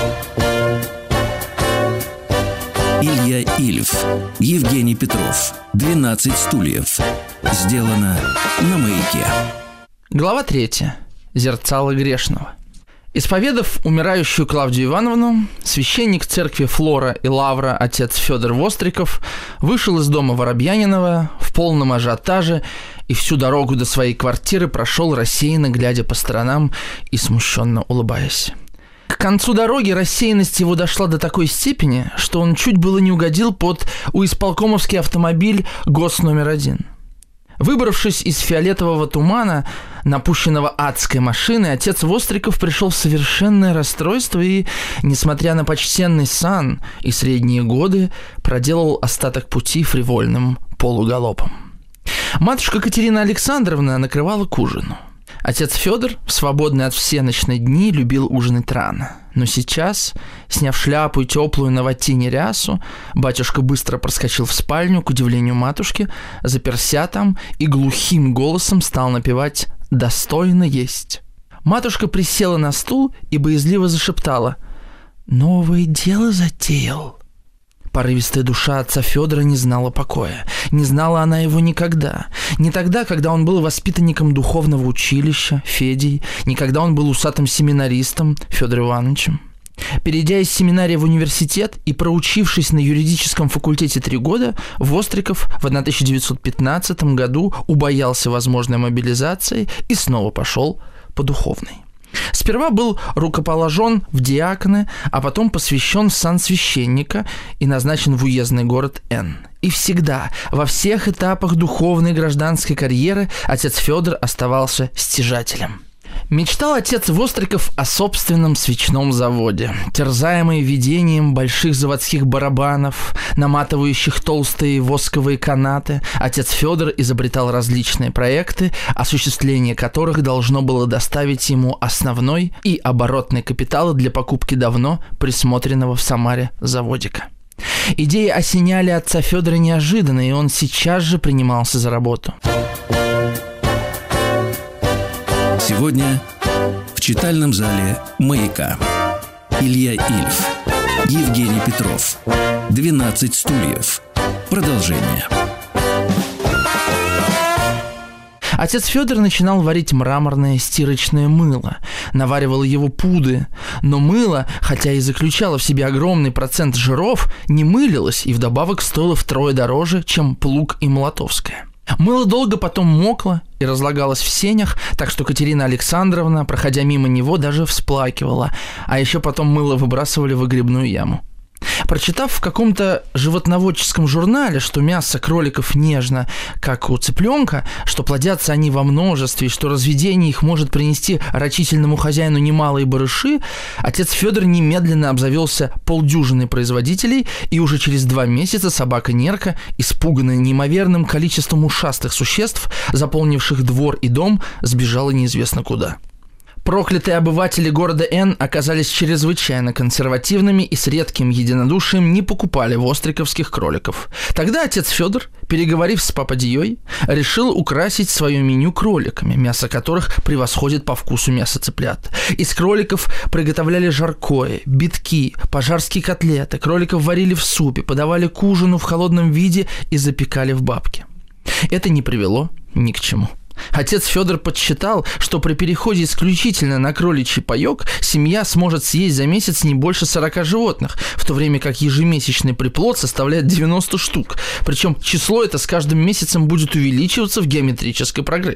Илья Ильф, Евгений Петров, «двенадцать стульев». Сделано на Маяке. Глава третья. Зерцало грешного. Исповедав умирающую Клавдию Ивановну, священник церкви Флора и Лавра, отец Федор Востриков, вышел из дома Воробьянинова в полном ажиотаже и всю дорогу до своей квартиры прошел рассеянно, глядя по сторонам и смущенно улыбаясь. К концу дороги рассеянность его дошла до такой степени, что он чуть было не угодил под уисполкомовский автомобиль ГОС номер один. Выбравшись из фиолетового тумана, напущенного адской машиной, отец Востриков пришел в совершенное расстройство и, несмотря на почтенный сан и средние годы, проделал остаток пути фривольным полугалопом. Матушка Катерина Александровна накрывала к ужину. Отец Федор, в свободные от всеночной дни, любил ужинать рано. Но сейчас, сняв шляпу и теплую на ватине рясу, батюшка быстро проскочил в спальню, к удивлению матушки, заперся там и глухим голосом стал напевать «Достойно есть». Матушка присела на стул и боязливо зашептала: «Новое дело затеял». Порывистая душа отца Федора не знала покоя. Не знала она его никогда. Не тогда, когда он был воспитанником духовного училища, Федей, не когда он был усатым семинаристом, Федором Ивановичем. Перейдя из семинарии в университет и проучившись на юридическом факультете три года, Востриков в тысяча девятьсот пятнадцатом году убоялся возможной мобилизации и снова пошел по духовной. Сперва был рукоположен в диаконы, а потом посвящен в сан священника и назначен в уездный город Н. И всегда, во всех этапах духовной гражданской карьеры, отец Федор оставался стяжателем. Мечтал отец Востриков о собственном свечном заводе, терзаемый видением больших заводских барабанов, наматывающих толстые восковые канаты. Отец Федор изобретал различные проекты, осуществление которых должно было доставить ему основной и оборотный капитал для покупки давно присмотренного в Самаре заводика. Идеи осеняли отца Федора неожиданно, и он сейчас же принимался за работу. Сегодня в читальном зале «Маяка». Илья Ильф, Евгений Петров, «двенадцать стульев». Продолжение. Отец Федор начинал варить мраморное стирочное мыло, наваривал его пуды, но мыло, хотя и заключало в себе огромный процент жиров, не мылилось и вдобавок стоило втрое дороже, чем плуг и молотовское. Мыло долго потом мокло и разлагалось в сенях, так что Катерина Александровна, проходя мимо него, даже всплакивала, а еще потом мыло выбрасывали в выгребную яму. Прочитав в каком-то животноводческом журнале, что мясо кроликов нежно, как у цыпленка, что плодятся они во множестве, и что разведение их может принести рачительному хозяину немалые барыши, отец Федор немедленно обзавелся полдюжиной производителей, и уже через два месяца собака Нерка, испуганная неимоверным количеством ушастых существ, заполнивших двор и дом, сбежала неизвестно куда. Проклятые обыватели города Н оказались чрезвычайно консервативными и с редким единодушием не покупали востриковских кроликов. Тогда отец Федор, переговорив с попадьей, решил украсить свое меню кроликами, мясо которых превосходит по вкусу мясо цыплят. Из кроликов приготовляли жаркое, битки, пожарские котлеты, кроликов варили в супе, подавали к ужину в холодном виде и запекали в бабке. Это не привело ни к чему. Отец Федор подсчитал, что при переходе исключительно на кроличий паёк семья сможет съесть за месяц не больше сорока животных, в то время как ежемесячный приплод составляет девяносто штук. Причем число это с каждым месяцем будет увеличиваться в геометрической прогрессии.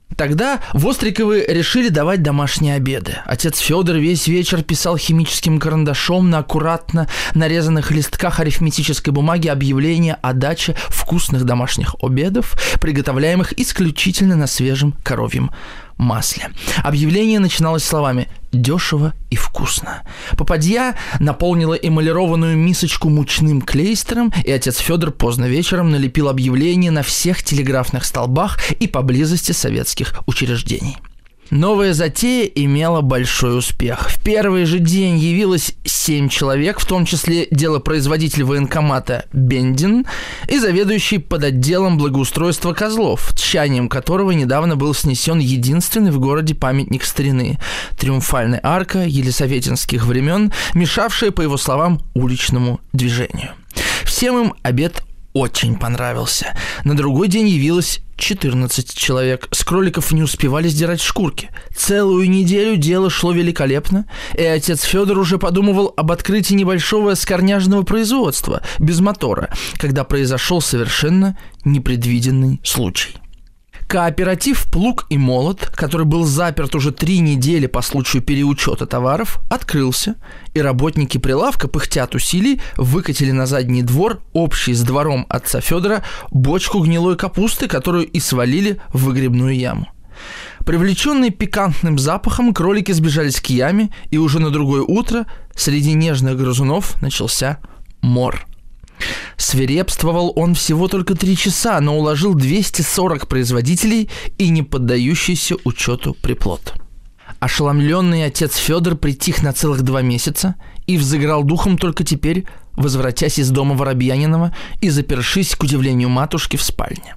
Тогда Востриковы решили давать домашние обеды. Отец Федор весь вечер писал химическим карандашом на аккуратно нарезанных листках арифметической бумаги объявления о даче вкусных домашних обедов, приготовляемых исключительно на свежем коровьем масле. Объявление начиналось словами «дешево и вкусно». Попадья наполнила эмалированную мисочку мучным клейстером, и отец Федор поздно вечером налепил объявление на всех телеграфных столбах и поблизости советских учреждений. Новая затея имела большой успех. В первый же день явилось семь человек, в том числе делопроизводитель военкомата Бендин и заведующий под отделом благоустройства Козлов, тщанием которого недавно был снесен единственный в городе памятник старины – триумфальная арка елисаветинских времен, мешавшая, по его словам, уличному движению. Всем им обед очень понравился. На другой день явилось четырнадцать человек. С кроликов не успевали сдирать шкурки. Целую неделю дело шло великолепно, и отец Федор уже подумывал об открытии небольшого скорняжного производства без мотора, когда произошел совершенно непредвиденный случай. Кооператив «Плуг и молот», который был заперт уже три недели по случаю переучета товаров, открылся, и работники прилавка, пыхтя от усилий, выкатили на задний двор, общий с двором отца Федора, бочку гнилой капусты, которую и свалили в выгребную яму. Привлеченные пикантным запахом, кролики сбежались к яме, и уже на другое утро среди нежных грызунов начался мор. Свирепствовал он всего только три часа, но уложил двести сорок производителей и не поддающийся учету приплод. Ошеломленный отец Федор притих на целых два месяца и взыграл духом только теперь, возвратясь из дома Воробьянинова и запершись, к удивлению матушки, в спальне.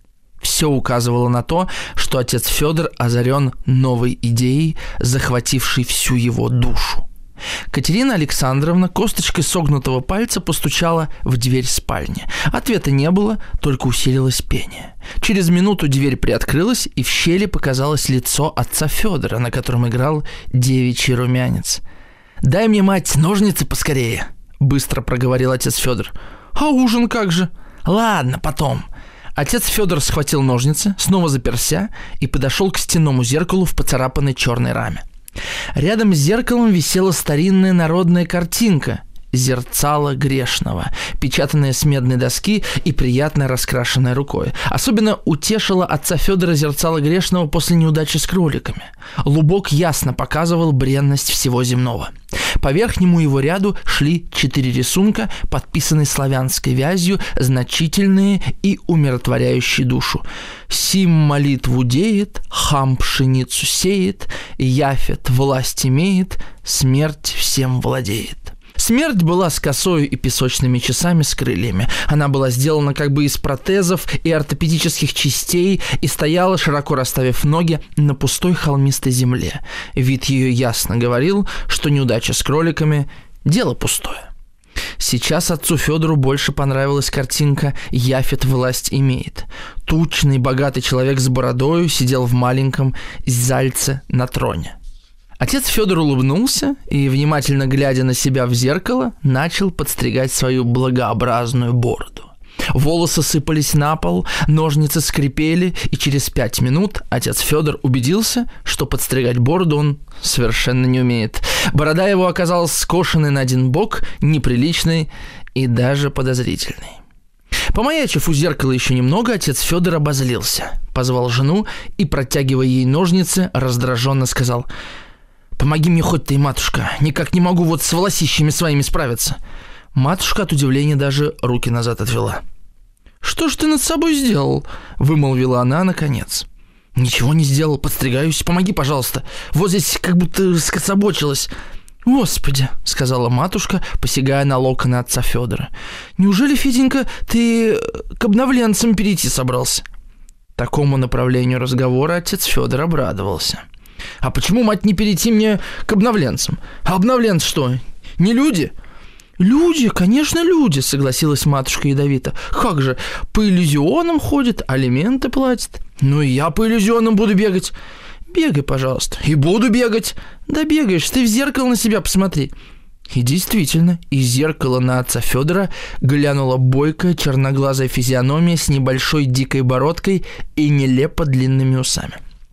Все указывало на то, что отец Федор озарен новой идеей, захватившей всю его душу. Катерина Александровна косточкой согнутого пальца постучала в дверь спальни. Ответа не было, только усилилось пение. Через минуту дверь приоткрылась, и в щели показалось лицо отца Федора, на котором играл девичий румянец. «Дай мне, мать, ножницы поскорее», — быстро проговорил отец Федор. «А ужин как же?» «Ладно, потом». Отец Федор схватил ножницы, снова заперся и подошел к стенному зеркалу в поцарапанной черной раме. Рядом с зеркалом висела старинная народная картинка «Зерцало грешного», печатанная с медной доски и приятно раскрашенная рукой. Особенно утешило отца Федора зерцало грешного после неудачи с кроликами. Лубок ясно показывал бренность всего земного. По верхнему его ряду шли четыре рисунка, подписанные славянской вязью, значительные и умиротворяющие душу. «Сим молитву деет, хам пшеницу сеет, Яфет власть имеет, смерть всем владеет». Смерть была с косою и песочными часами с крыльями. Она была сделана как бы из протезов и ортопедических частей и стояла, широко расставив ноги, на пустой холмистой земле. Вид ее ясно говорил, что неудача с кроликами – дело пустое. Сейчас отцу Федору больше понравилась картинка «Яфет власть имеет». Тучный, богатый человек с бородою сидел в маленьком зальце на троне. Отец Федор улыбнулся и, внимательно глядя на себя в зеркало, начал подстригать свою благообразную бороду. Волосы сыпались на пол, ножницы скрипели, и через пять минут отец Федор убедился, что подстригать бороду он совершенно не умеет. Борода его оказалась скошенной на один бок, неприличной и даже подозрительной. Помаячив у зеркала еще немного, отец Федор обозлился, позвал жену и, протягивая ей ножницы, раздраженно сказал: «Помоги мне хоть ты, матушка, никак не могу вот с волосищами своими справиться». Матушка от удивления даже руки назад отвела. «Что ж ты над собой сделал?» — вымолвила она наконец. «Ничего не сделал, подстригаюсь, помоги, пожалуйста. Вот здесь как будто скособочилась». «Господи!» — сказала матушка, посягая на локоны отца Федора. «Неужели, Феденька, ты к обновленцам перейти собрался?» Такому направлению разговора отец Федор обрадовался. «А почему, мать, не перейти мне к обновленцам? А обновленцы что, не люди?» «Люди, конечно, люди», — согласилась матушка ядовито. «Как же, по иллюзионам ходят, алименты платят». «Ну и я по иллюзионам буду бегать». «Бегай, пожалуйста». «И буду бегать». «Да бегаешь, ты в зеркало на себя посмотри». И действительно, из зеркала на отца Федора глянула бойкая черноглазая физиономия с небольшой дикой бородкой и нелепо длинными усами.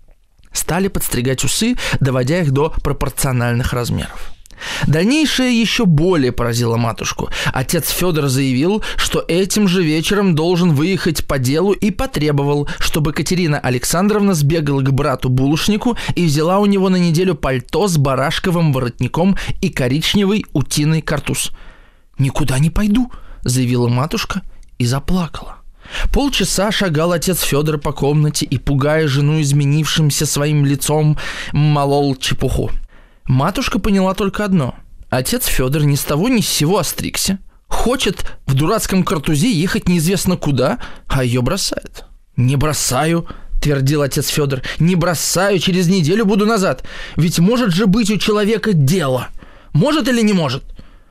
стали подстригать усы, доводя их до пропорциональных размеров. Дальнейшее еще более поразило матушку. Отец Федор заявил, что этим же вечером должен выехать по делу, и потребовал, чтобы Катерина Александровна сбегала к брату-булочнику и взяла у него на неделю пальто с барашковым воротником и коричневый утиный картуз. «Никуда не пойду», — заявила матушка и заплакала. Полчаса шагал отец Федор по комнате и, пугая жену изменившимся своим лицом, молол чепуху. Матушка поняла только одно. Отец Федор ни с того ни с сего остригся, хочет в дурацком картузе ехать неизвестно куда, а ее бросает. «Не бросаю», — твердил отец Федор, — «не бросаю, через неделю буду назад. Ведь может же быть у человека дело. Может или не может?»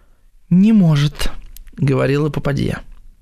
«Не может», — говорила попадья.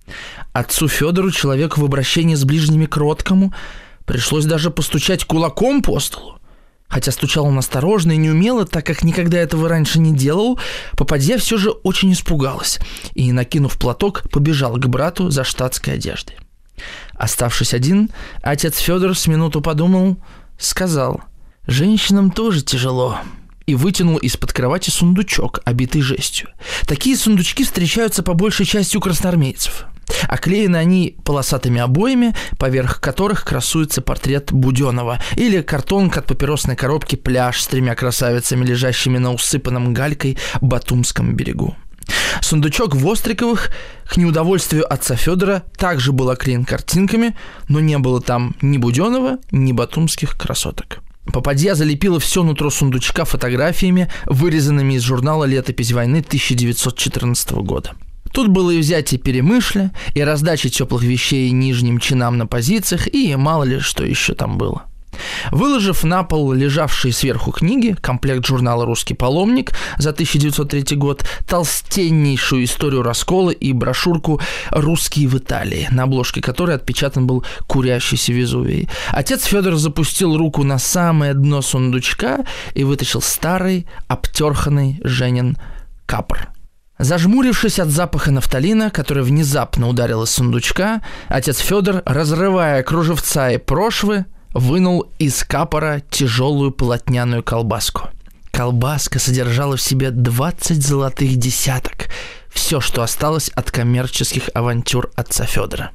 Отцу Федору, человеку в обращении с ближними кроткому, пришлось даже постучать кулаком по столу. Хотя стучал он осторожно и неумело, так как никогда этого раньше не делал, попадья все же очень испугалась и, накинув платок, побежал к брату за штатской одеждой. Оставшись один, отец Федор с минуту подумал, сказал: «Женщинам тоже тяжело», и вытянул из-под кровати сундучок, обитый жестью. Такие сундучки встречаются по большей части у красноармейцев. Оклеены они полосатыми обоями, поверх которых красуется портрет Будённого, или картонка от папиросной коробки «Пляж» с тремя красавицами, лежащими на усыпанном галькой Батумском берегу. Сундучок Востриковых, к неудовольствию отца Федора, также был оклеен картинками, но не было там ни Будённого, ни батумских красоток. Попадья залепила все нутро сундучка фотографиями, вырезанными из журнала «Летопись войны» тысяча девятьсот четырнадцатого года. Тут было и взятие Перемышля, и раздача теплых вещей нижним чинам на позициях, и мало ли что еще там было. Выложив на пол лежавшие сверху книги, комплект журнала «Русский паломник» за тысяча девятьсот третий год, толстеннейшую историю раскола и брошюрку «Русские в Италии», на обложке которой отпечатан был курящийся Везувий, отец Федор запустил руку на самое дно сундучка и вытащил старый, обтерханный Женин капор. Зажмурившись от запаха нафталина, который внезапно ударил из сундучка, отец Федор, разрывая кружевца и прошвы, вынул из капора тяжелую полотняную колбаску. Колбаска содержала в себе двадцать золотых десяток, все, что осталось от коммерческих авантюр отца Федора.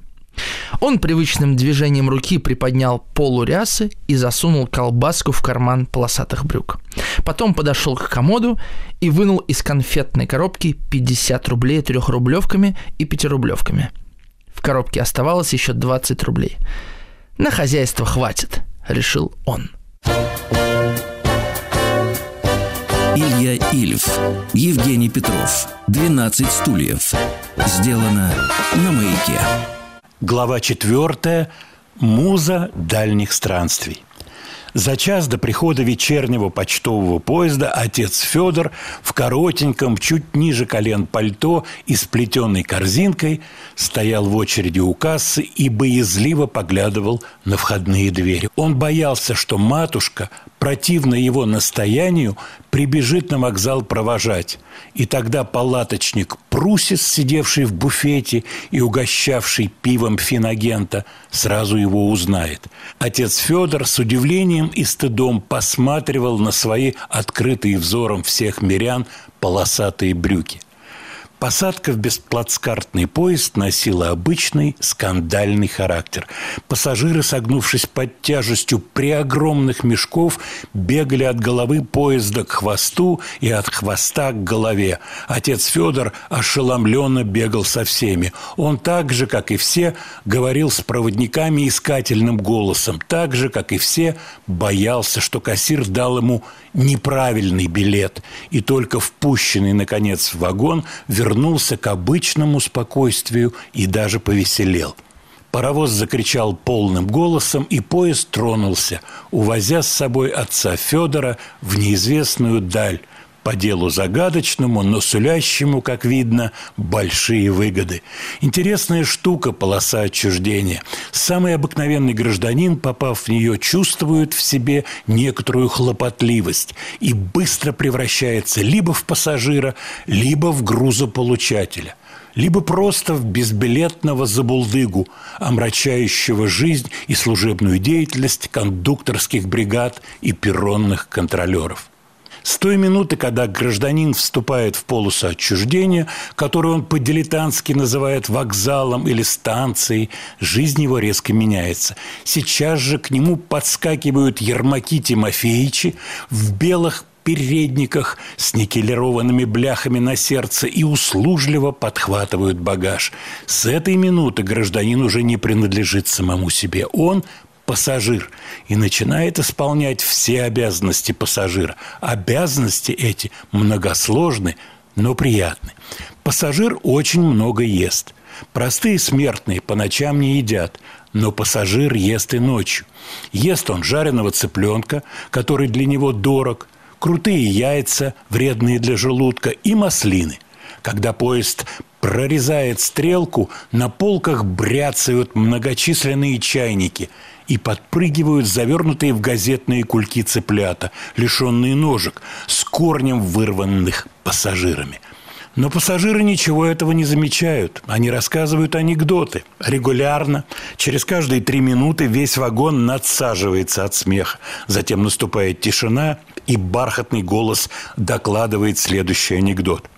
Он привычным движением руки приподнял полу рясы и засунул колбаску в карман полосатых брюк. Потом подошел к комоду и вынул из конфетной коробки пятьдесят рублей трехрублевками и пятирублевками. В коробке оставалось еще двадцать рублей. «На хозяйство хватит», — решил он. Илья Ильф, Евгений Петров, «двенадцать стульев». Сделано на Маяке. Глава четвертая. Муза дальних странствий. За час до прихода вечернего почтового поезда отец Федор в коротеньком, чуть ниже колен пальто и с плетеной корзинкой стоял в очереди у кассы и боязливо поглядывал на входные двери. Он боялся, что матушка, противно его настоянию, прибежит на вокзал провожать. И тогда палаточник Прусис, сидевший в буфете и угощавший пивом финагента, сразу его узнает. Отец Федор с удивлением и стыдом посматривал на свои открытые взором всех мирян полосатые брюки. Посадка в бесплацкартный поезд носила обычный скандальный характер. Пассажиры, согнувшись под тяжестью преогромных мешков, бегали от головы поезда к хвосту и от хвоста к голове. Отец Федор ошеломленно бегал со всеми. Он так же, как и все, говорил с проводниками искательным голосом. Так же, как и все, боялся, что кассир дал ему неправильный билет. И только впущенный, наконец, в вагон вернулся вернулся к обычному спокойствию и даже повеселел. Паровоз закричал полным голосом, и поезд тронулся, увозя с собой отца Федора в неизвестную даль, по делу загадочному, но сулящему, как видно, большие выгоды. Интересная штука полоса отчуждения. Самый обыкновенный гражданин, попав в нее, чувствует в себе некоторую хлопотливость и быстро превращается либо в пассажира, либо в грузополучателя. либо просто в безбилетного забулдыгу, омрачающего жизнь и служебную деятельность кондукторских бригад и перронных контролеров. С той минуты, когда гражданин вступает в полосу отчуждения, которую он по-дилетантски называет вокзалом или станцией, жизнь его резко меняется. Сейчас же к нему подскакивают Ермаки Тимофеичи в белых передниках с никелированными бляхами на сердце и услужливо подхватывают багаж. С этой минуты гражданин уже не принадлежит самому себе. Он пассажир и начинает исполнять все обязанности пассажира. Обязанности эти многосложны, но приятны. Пассажир очень много ест. Простые смертные по ночам не едят, но пассажир ест и ночью. Ест он жареного цыпленка, который для него дорог, крутые яйца, вредные для желудка, и маслины. Когда поезд прорезает стрелку, на полках бряцают многочисленные чайники и подпрыгивают завернутые в газетные кульки цыплята, лишенные ножек, с корнем вырванных пассажирами. Но пассажиры ничего этого не замечают. Они рассказывают анекдоты. Регулярно, через каждые три минуты весь вагон надсаживается от смеха. Затем наступает тишина, и бархатный голос докладывает следующий анекдот.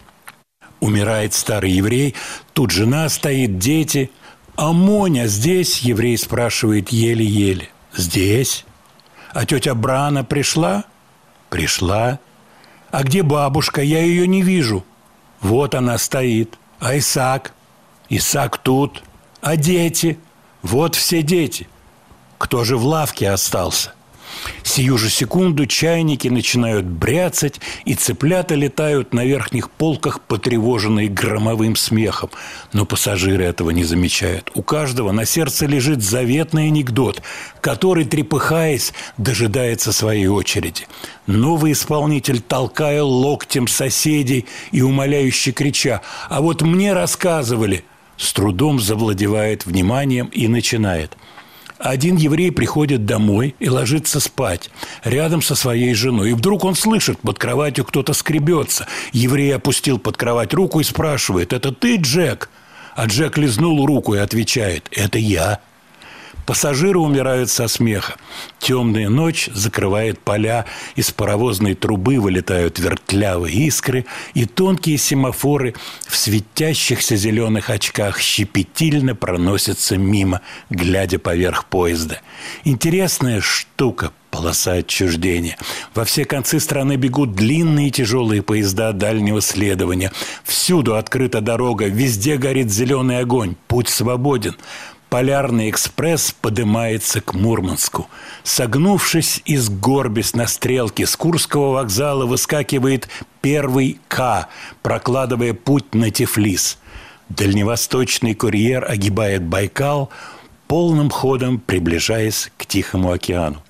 Умирает старый еврей, тут жена стоит, дети. «А Моня здесь?» – еврей спрашивает еле-еле. «Здесь». «А тетя Брана пришла?» «Пришла». «А где бабушка? Я ее не вижу». «Вот она стоит». «А Исаак?» «Исаак тут». «А дети?» «Вот все дети». «Кто же в лавке остался?» Сию же секунду чайники начинают бряцать, и цыплята летают на верхних полках, потревоженные громовым смехом. Но пассажиры этого не замечают. У каждого на сердце лежит заветный анекдот, который, трепыхаясь, дожидается своей очереди. Новый исполнитель, толкая локтем соседей и умоляюще крича: «А вот мне рассказывали!» с трудом завладевает вниманием и начинает. Один еврей приходит домой и ложится спать рядом со своей женой. И вдруг он слышит, под кроватью кто-то скребется. Еврей опустил под кровать руку и спрашивает: «Это ты, Джек?» А Джек лизнул руку и отвечает: «Это я». Пассажиры умирают со смеха. Темная ночь закрывает поля, из паровозной трубы вылетают вертлявые искры, и тонкие семафоры в светящихся зеленых очках щепетильно проносятся мимо, глядя поверх поезда. Интересная штука – полоса отчуждения. Во все концы страны бегут длинные и тяжелые поезда дальнего следования. Всюду открыта дорога, везде горит зеленый огонь, путь свободен. Полярный экспресс поднимается к Мурманску. Согнувшись и сгорбясь на стрелке, с Курского вокзала выскакивает первый К, прокладывая путь на Тифлис. Дальневосточный курьер огибает Байкал, полным ходом приближаясь к Тихому океану.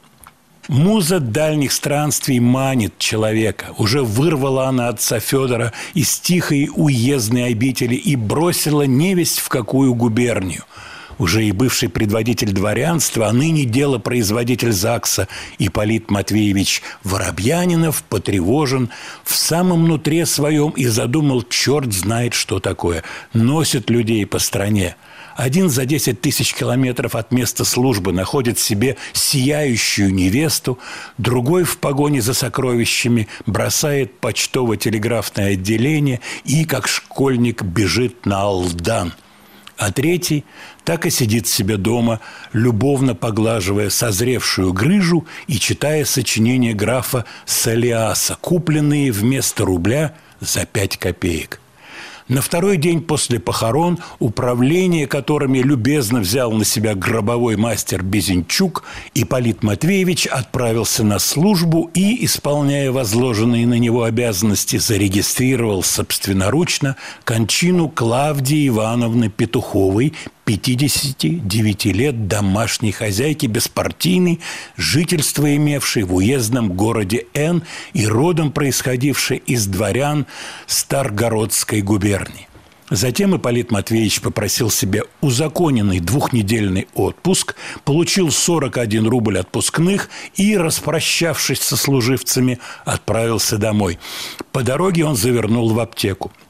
Муза дальних странствий манит человека. Уже вырвала она отца Федора из тихой уездной обители и бросила невесть в какую губернию. Уже и бывший предводитель дворянства, а ныне делопроизводитель ЗАГСа Ипполит Матвеевич Воробьянинов потревожен в самом нутре своем и задумал черт знает что такое. Носит людей по стране. Один за десять тысяч километров от места службы находит себе сияющую невесту, другой в погоне за сокровищами бросает почтово-телеграфное отделение и, как школьник, бежит на Алдан. А третий так и сидит себе дома, любовно поглаживая созревшую грыжу и читая сочинения графа Солиаса, купленные вместо рубля за пять копеек. На второй день после похорон, управление которыми любезно взял на себя гробовой мастер Безенчук, Ипполит Матвеевич отправился на службу и, исполняя возложенные на него обязанности, зарегистрировал собственноручно кончину Клавдии Ивановны Петуховой, пятидесяти девяти лет, домашней хозяйки, беспартийной, жительство имевшей в уездном городе Н и родом происходившей из дворян Старгородской губернии. Затем Ипполит Матвеевич попросил себе узаконенный двухнедельный отпуск, получил сорок один рубль отпускных и, распрощавшись со служивцами, отправился домой. По дороге он завернул в аптеку.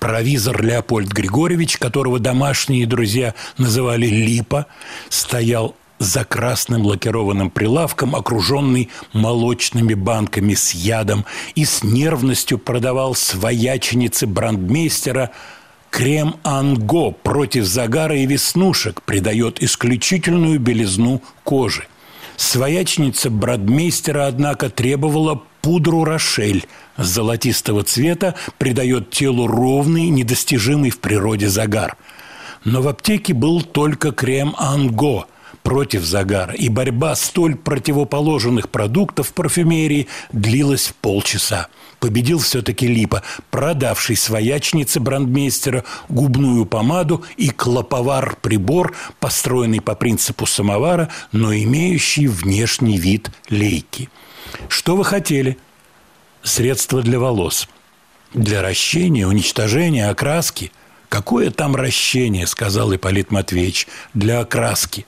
Провизор Леопольд Григорьевич, которого домашние друзья называли Липа, стоял за красным лакированным прилавком, окруженный молочными банками с ядом, и с нервностью продавал свояченице брандмейстера крем Анго против загара и веснушек, придает исключительную белизну кожи. Свояченица брандмейстера, однако, требовала пудру Рошель золотистого цвета, придает телу ровный, недостижимый в природе загар. Но в аптеке был только крем Анго против загара, и борьба столь противоположных продуктов в парфюмерии длилась полчаса. Победил все-таки Липа, продавший своячнице брандмейстера губную помаду и клоповар-прибор, построенный по принципу самовара, но имеющий внешний вид лейки. Что вы хотели? Средства для волос. Для ращения, уничтожения, окраски. Какое там ращение, сказал Ипполит Матвеевич, для окраски.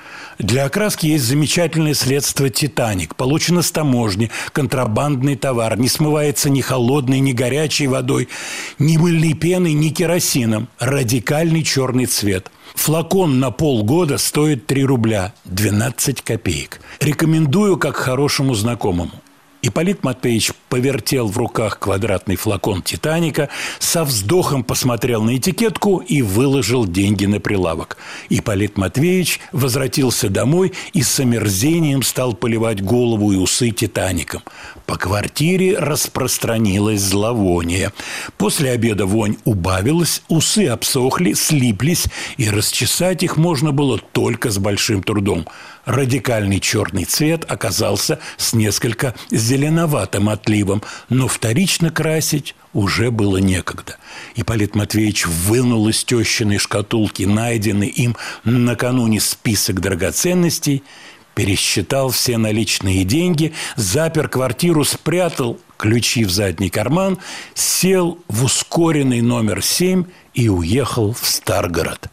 Для окраски есть замечательное средство «Титаник». Получено с таможни, контрабандный товар. Не смывается ни холодной, ни горячей водой, ни мыльной пеной, ни керосином. Радикальный черный цвет. Флакон на полгода стоит три рубля, двенадцать копеек. Рекомендую как хорошему знакомому. Ипполит Матвеевич повертел в руках квадратный флакон «Титаника», со вздохом посмотрел на этикетку и выложил деньги на прилавок. Ипполит Матвеевич возвратился домой и с омерзением стал поливать голову и усы «Титаником». По квартире распространилось зловоние. После обеда вонь убавилась, усы обсохли, слиплись, и расчесать их можно было только с большим трудом. Радикальный черный цвет оказался с несколько зеленоватым отливом, но вторично красить уже было некогда. Ипполит Матвеевич вынул из тещиной шкатулки найденный им накануне список драгоценностей, пересчитал все наличные деньги, запер квартиру, спрятал ключи в задний карман, сел в ускоренный номер семь и уехал в Старгород.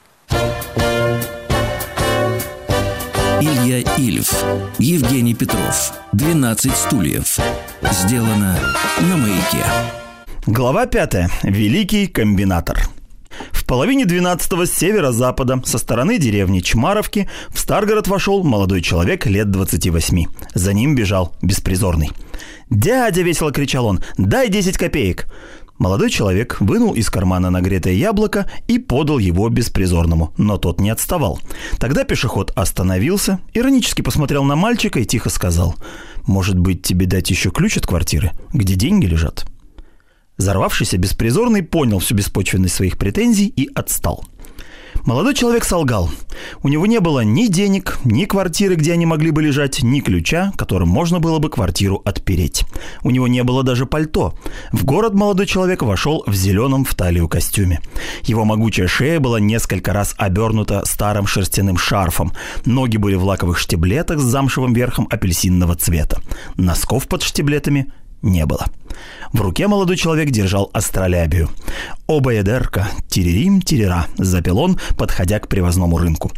Илья Ильф, Евгений Петров, «двенадцать стульев». Сделано на Маяке. Глава пятая. Великий комбинатор. В половине двенадцатого с северо-запада, со стороны деревни Чмаровки, в Старгород вошел молодой человек лет двадцати восьми. За ним бежал беспризорный. «Дядя!» — весело кричал он. «Дай десять копеек!» Молодой человек вынул из кармана нагретое яблоко и подал его беспризорному, но тот не отставал. Тогда пешеход остановился, иронически посмотрел на мальчика и тихо сказал: «Может быть, тебе дать еще ключ от квартиры, где деньги лежат?» Зарвавшийся беспризорный понял всю беспочвенность своих претензий и отстал. Молодой человек солгал. У него не было ни денег, ни квартиры, где они могли бы лежать, ни ключа, которым можно было бы квартиру отпереть. У него не было даже пальто. В город молодой человек вошел в зеленом в талию костюме. Его могучая шея была несколько раз обернута старым шерстяным шарфом. Ноги были в лаковых штиблетах с замшевым верхом апельсинного цвета. Носков под штиблетами не было. В руке молодой человек держал астролябию. «Оба ядерка, тиририм-тирира», — запел он, подходя к привозному рынку.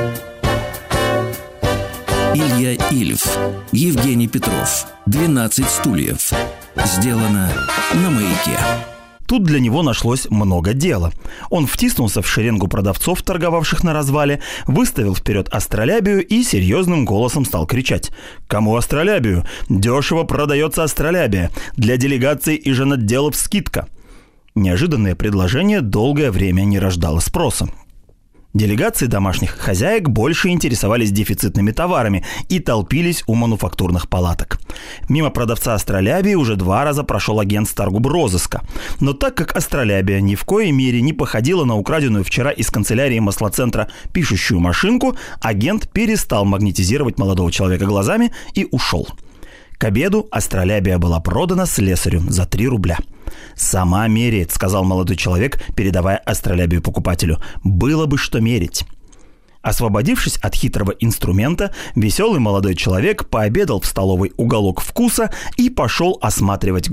Илья Ильф, Евгений Петров, «двенадцать стульев». Сделано на Маяке. Тут для него нашлось много дела. Он втиснулся в шеренгу продавцов, торговавших на развале, выставил вперед астролябию и серьезным голосом стал кричать: «Кому астролябию? Дешево продается астролябия. Для делегаций и женотделов скидка». Неожиданное предложение долгое время не рождало спроса. Делегации домашних хозяек больше интересовались дефицитными товарами и толпились у мануфактурных палаток. Мимо продавца астролябии уже два раза прошел агент старгуброзыска. Но так как астролябия ни в коей мере не походила на украденную вчера из канцелярии маслоцентра пишущую машинку, агент перестал магнетизировать молодого человека глазами и ушел. К обеду астролябия была продана слесарю за три рубля. «Сама меряет», — сказал молодой человек, передавая астролябию покупателю. «Было бы что мерить». Освободившись от хитрого инструмента, веселый молодой человек пообедал в столовой «Уголок вкуса» и пошел осматривать город.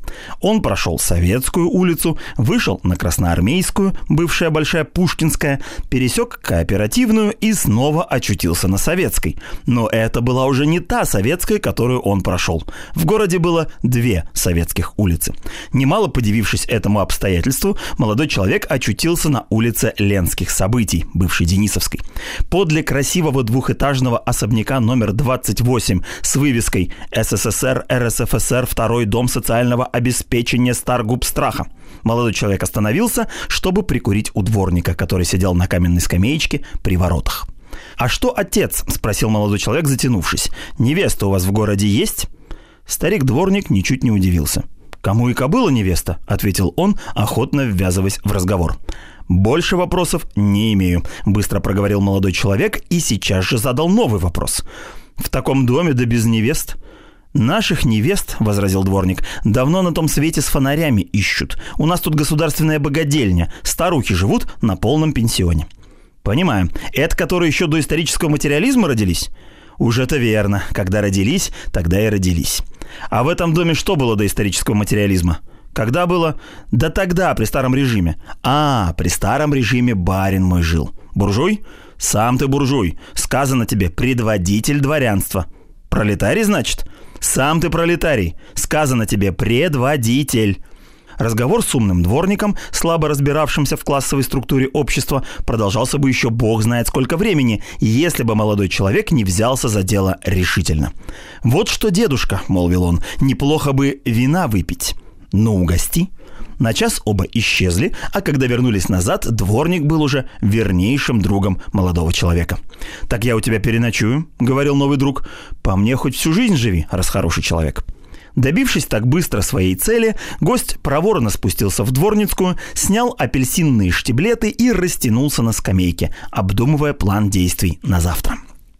Он прошел Советскую улицу, вышел на Красноармейскую, бывшая Большая Пушкинская, пересек Кооперативную и снова очутился на Советской. Но это была уже не та Советская, которую он прошел. В городе было две советских улицы. Немало подивившись этому обстоятельству, молодой человек очутился на улице Ленских событий, бывшей Денисовской. Подле красивого двухэтажного особняка номер двадцать восемь с вывеской «СССР, РСФСР, второй дом социального обеспечения Старгупстраха». Молодой человек остановился, чтобы прикурить у дворника, который сидел на каменной скамеечке при воротах. «А что отец?» – спросил молодой человек, затянувшись. «Невеста у вас в городе есть?» Старик-дворник ничуть не удивился. «Кому и кобыла невеста?» – ответил он, охотно ввязываясь в разговор. «Больше вопросов не имею», – быстро проговорил молодой человек и сейчас же задал новый вопрос. «В таком доме да без невест?» «Наших невест, — возразил дворник, — давно на том свете с фонарями ищут. У нас тут государственная богадельня, старухи живут на полном пенсионе». «Понимаю. Это которые еще до исторического материализма родились?» «Уж это верно. Когда родились, тогда и родились». «А в этом доме что было до исторического материализма?» «Когда было?» «Да тогда, при старом режиме». «А, при старом режиме барин мой жил». «Буржуй?» «Сам ты буржуй. Сказано тебе, предводитель дворянства». «Пролетарий, значит?» «Сам ты пролетарий. Сказано тебе, предводитель». Разговор с умным дворником, слабо разбиравшимся в классовой структуре общества, продолжался бы еще бог знает сколько времени, если бы молодой человек не взялся за дело решительно. «Вот что, дедушка, — молвил он, — неплохо бы вина выпить». «Ну, угости». На час оба исчезли, а когда вернулись назад, дворник был уже вернейшим другом молодого человека. «Так я у тебя переночую», — говорил новый друг. «По мне хоть всю жизнь живи, раз хороший человек». Добившись так быстро своей цели, гость проворно спустился в дворницкую, снял апельсинные штиблеты и растянулся на скамейке, обдумывая план действий на завтра.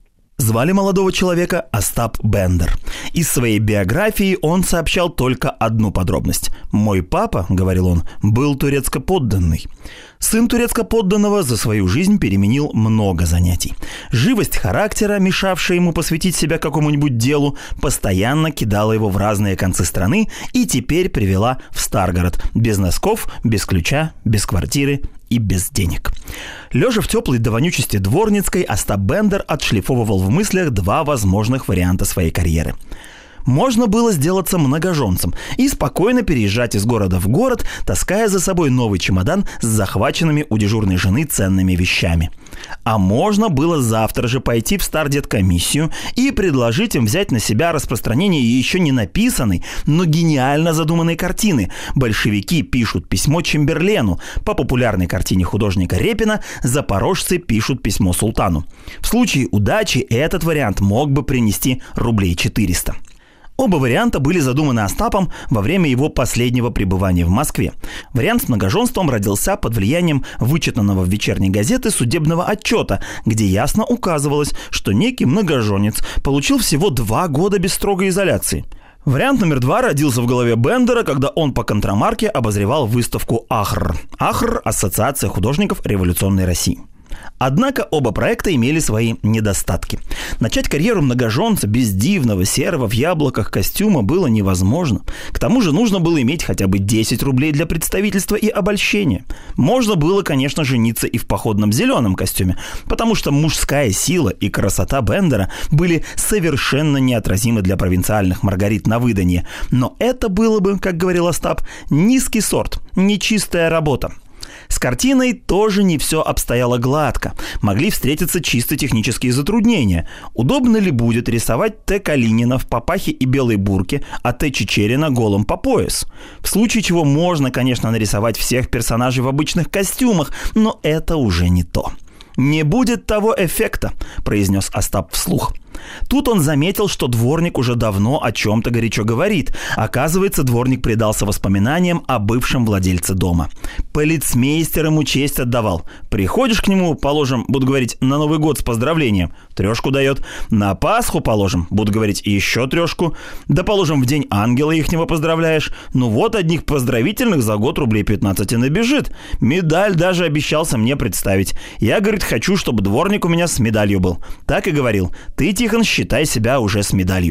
Звали молодого человека Остап Бендер. Из своей биографии он сообщал только одну подробность. «Мой папа, — говорил он, — был турецко-подданный». Сын турецко-подданного за свою жизнь переменил много занятий. Живость характера, мешавшая ему посвятить себя какому-нибудь делу, постоянно кидала его в разные концы страны и теперь привела в Старгород, без носков, без ключа, без квартиры и без денег. Лежа в теплой до вонючести дворницкой, Остап Бендер отшлифовывал в мыслях два возможных варианта своей карьеры. Можно было сделаться многоженцем и спокойно переезжать из города в город, таская за собой новый чемодан с захваченными у дежурной жены ценными вещами. А можно было завтра же пойти в стардеткомиссию и предложить им взять на себя распространение еще не написанной, но гениально задуманной картины. Большевики пишут письмо Чемберлену. По популярной картине художника Репина запорожцы пишут письмо султану. В случае удачи этот вариант мог бы принести рублей четыреста. Оба варианта были задуманы Остапом во время его последнего пребывания в Москве. Вариант с многоженством родился под влиянием вычитанного в вечерней газете судебного отчета, где ясно указывалось, что некий многоженец получил всего два года без строгой изоляции. Вариант номер два родился в голове Бендера, когда он по контрамарке обозревал выставку «Ахр». «Ахр» – Ассоциация художников революционной России. Однако оба проекта имели свои недостатки. Начать карьеру многоженца без дивного серого в яблоках костюма было невозможно. К тому же нужно было иметь хотя бы десять рублей для представительства и обольщения. Можно было, конечно, жениться и в походном зеленом костюме, потому что мужская сила и красота Бендера были совершенно неотразимы для провинциальных Маргарит на выданье. Но это было бы, как говорил Остап, низкий сорт, нечистая работа. С картиной тоже не все обстояло гладко. Могли встретиться чисто технические затруднения. Удобно ли будет рисовать Т. Калинина в папахе и белой бурке, а Т. Чичерина голым по пояс? В случае чего можно, конечно, нарисовать всех персонажей в обычных костюмах, но это уже не то. «Не будет того эффекта», – произнес Остап вслух. Тут он заметил, что дворник уже давно о чем-то горячо говорит. Оказывается, дворник предался воспоминаниям о бывшем владельце дома. Полицмейстер ему честь отдавал. Приходишь к нему, положим, будут говорить, на Новый год с поздравлением. Трешку дает. На Пасху, положим, будут говорить, еще трешку. Да, положим, в день ангела ихнего поздравляешь. Ну вот, одних поздравительных за год рублей пятнадцать и набежит. Медаль даже обещался мне представить. Я, говорит, хочу, чтобы дворник у меня с медалью был. Так и говорил. Ты, Тихон, считай себя уже с медалью.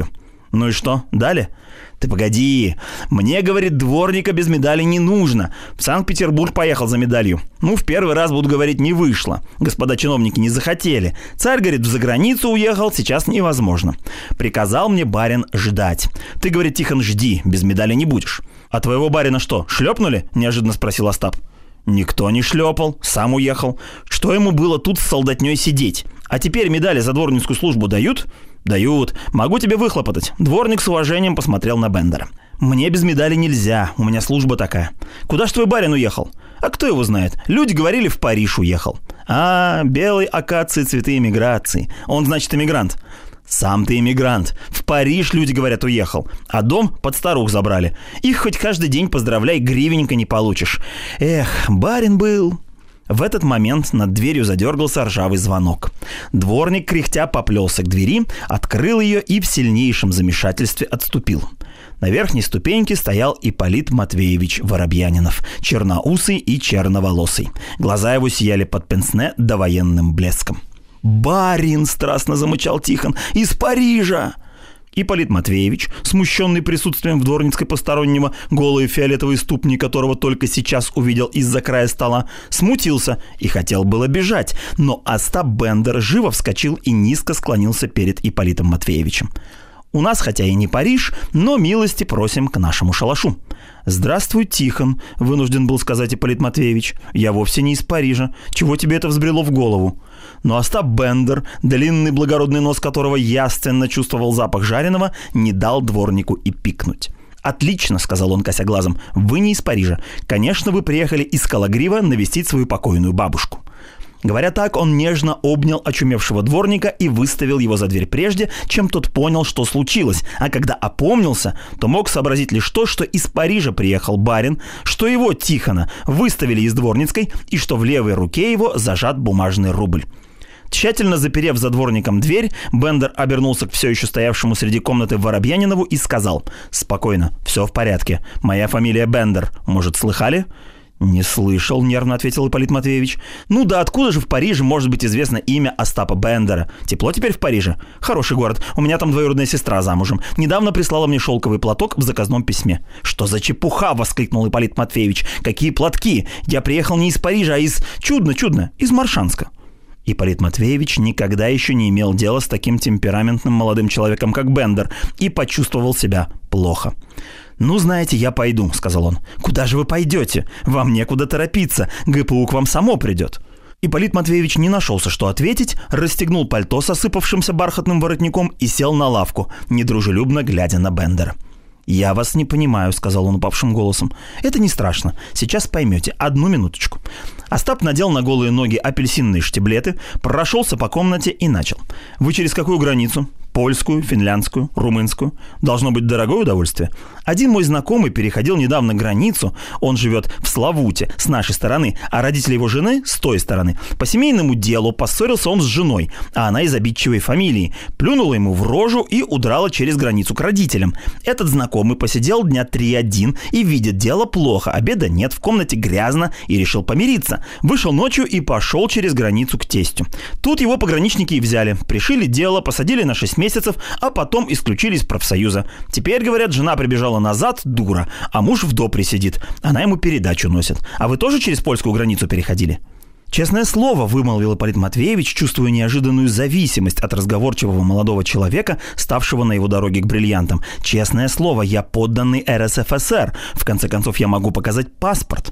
Ну и что, дали? Ты погоди. Мне, говорит, дворника без медали не нужно. В Санкт-Петербург поехал за медалью. Ну, в первый раз, буду говорить, не вышло. Господа чиновники не захотели. Царь, говорит, в заграницу уехал, сейчас невозможно. Приказал мне барин ждать. Ты, говорит, Тихон, жди, без медали не будешь. А твоего барина что, шлепнули? Неожиданно спросил Остап. Никто не шлепал, сам уехал. Что ему было тут с солдатней сидеть? А теперь медали за дворницкую службу дают? Дают. Могу тебе выхлопотать. Дворник с уважением посмотрел на Бендера. Мне без медали нельзя, у меня служба такая. Куда ж твой барин уехал? А кто его знает? Люди говорили, в Париж уехал. А, белые акации, цветы эмиграции. Он, значит, эмигрант. Сам ты эмигрант. В Париж, люди говорят, уехал. А дом под старух забрали. Их хоть каждый день поздравляй, гривенника не получишь. Эх, барин был... В этот момент над дверью задергался ржавый звонок. Дворник, кряхтя, поплелся к двери, открыл ее и в сильнейшем замешательстве отступил. На верхней ступеньке стоял Ипполит Матвеевич Воробьянинов, черноусый и черноволосый. Глаза его сияли под пенсне довоенным блеском. «Барин!» – страстно замычал Тихон. «Из Парижа!» Ипполит Матвеевич, смущенный присутствием в дворницкой постороннего, голые фиолетовые ступни которого только сейчас увидел из-за края стола, смутился и хотел было бежать, но Остап Бендер живо вскочил и низко склонился перед Ипполитом Матвеевичем. «У нас, хотя и не Париж, но милости просим к нашему шалашу». «Здравствуй, Тихон», — вынужден был сказать Ипполит Матвеевич. «Я вовсе не из Парижа. Чего тебе это взбрело в голову?» Но Остап Бендер, длинный благородный нос которого явственно чувствовал запах жареного, не дал дворнику и пикнуть. «Отлично», — сказал он, кося глазом, — «вы не из Парижа. Конечно, вы приехали из Калагрива навестить свою покойную бабушку». Говоря так, он нежно обнял очумевшего дворника и выставил его за дверь прежде, чем тот понял, что случилось. А когда опомнился, то мог сообразить лишь то, что из Парижа приехал барин, что его, Тихона, выставили из дворницкой и что в левой руке его зажат бумажный рубль. Тщательно заперев за дворником дверь, Бендер обернулся к все еще стоявшему среди комнаты Воробьянинову и сказал: «Спокойно, все в порядке. Моя фамилия Бендер. Может, слыхали?» «Не слышал», — нервно ответил Ипполит Матвеевич. «Ну да откуда же в Париже может быть известно имя Остапа Бендера? Тепло теперь в Париже? Хороший город. У меня там двоюродная сестра замужем. Недавно прислала мне шелковый платок в заказном письме». «Что за чепуха?» — воскликнул Ипполит Матвеевич. «Какие платки? Я приехал не из Парижа, а из... Чудно, чудно, из Маршанска». Ипполит Матвеевич никогда еще не имел дела с таким темпераментным молодым человеком, как Бендер, и почувствовал себя плохо. «Ну, знаете, я пойду», — сказал он. «Куда же вы пойдете? Вам некуда торопиться. ГПУ к вам само придет». Ипполит Матвеевич не нашелся, что ответить, расстегнул пальто с осыпавшимся бархатным воротником и сел на лавку, недружелюбно глядя на Бендера. «Я вас не понимаю», — сказал он упавшим голосом. «Это не страшно. Сейчас поймете. Одну минуточку». Остап надел на голые ноги апельсинные штиблеты, прошелся по комнате и начал. «Вы через какую границу? Польскую, финляндскую, румынскую? Должно быть дорогое удовольствие. Один мой знакомый переходил недавно границу. Он живет в Славуте с нашей стороны, а родители его жены с той стороны. По семейному делу поссорился он с женой, а она из обидчивой фамилии. Плюнула ему в рожу и удрала через границу к родителям. Этот знакомый посидел дня три один и видит, дело плохо, обеда нет, в комнате грязно и решил помириться. Вышел ночью и пошел через границу к тестю. Тут его пограничники и взяли. Пришили дело, посадили на шесть месяцев, а потом исключили из профсоюза. Теперь, говорят, жена прибежала назад, дура, а муж в допре сидит. Она ему передачу носит. А вы тоже через польскую границу переходили?» «Честное слово», — вымолвил Ипполит Матвеевич, чувствуя неожиданную зависимость от разговорчивого молодого человека, ставшего на его дороге к бриллиантам. «Честное слово, я подданный эр эс эф эс эр. В конце концов, я могу показать паспорт».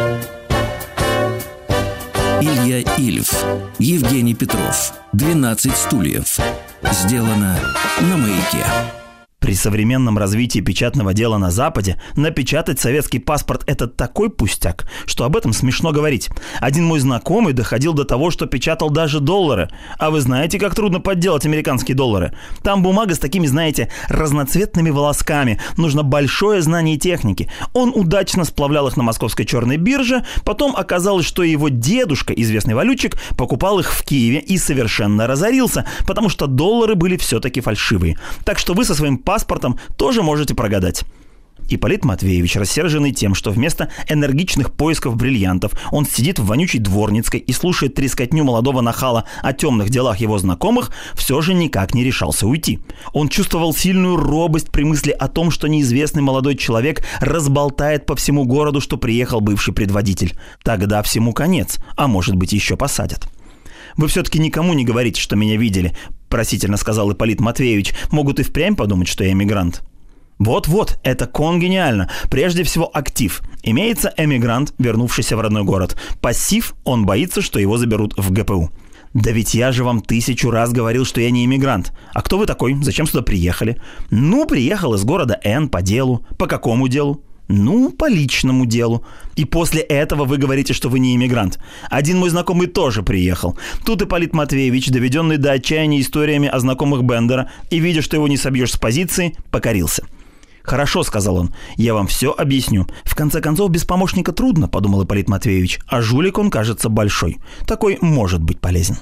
Илья Ильф, Евгений Петров, двенадцать стульев. Сделано на Маяке. При современном развитии печатного дела на Западе напечатать советский паспорт – это такой пустяк, что об этом смешно говорить. Один мой знакомый доходил до того, что печатал даже доллары. А вы знаете, как трудно подделать американские доллары? Там бумага с такими, знаете, разноцветными волосками. Нужно большое знание техники. Он удачно сплавлял их на московской черной бирже. Потом оказалось, что его дедушка, известный валютчик, покупал их в Киеве и совершенно разорился, потому что доллары были все-таки фальшивые. Так что вы со своим паспортом тоже можете прогадать. Ипполит Матвеевич, рассерженный тем, что вместо энергичных поисков бриллиантов он сидит в вонючей дворницкой и слушает трескотню молодого нахала о темных делах его знакомых, все же никак не решался уйти. Он чувствовал сильную робость при мысли о том, что неизвестный молодой человек разболтает по всему городу, что приехал бывший предводитель. Тогда всему конец, а может быть еще посадят. «Вы все-таки никому не говорите, что меня видели», – просительно сказал Ипполит Матвеевич. «Могут и впрямь подумать, что я эмигрант». Вот-вот, это конгениально. Прежде всего актив. Имеется эмигрант, вернувшийся в родной город. Пассив, он боится, что его заберут в ГПУ. Да ведь я же вам тысячу раз говорил, что я не иммигрант. А кто вы такой? Зачем сюда приехали? Ну, приехал из города Н по делу. По какому делу? Ну, по личному делу. И после этого вы говорите, что вы не иммигрант. Один мой знакомый тоже приехал. Тут Ипполит Матвеевич, доведенный до отчаяния историями о знакомых Бендера, и видя, что его не собьешь с позиции, покорился. «Хорошо», — сказал он, — «я вам все объясню. В конце концов, без помощника трудно», — подумал Ипполит Матвеевич, а жулик он, кажется, большой. Такой может быть полезен.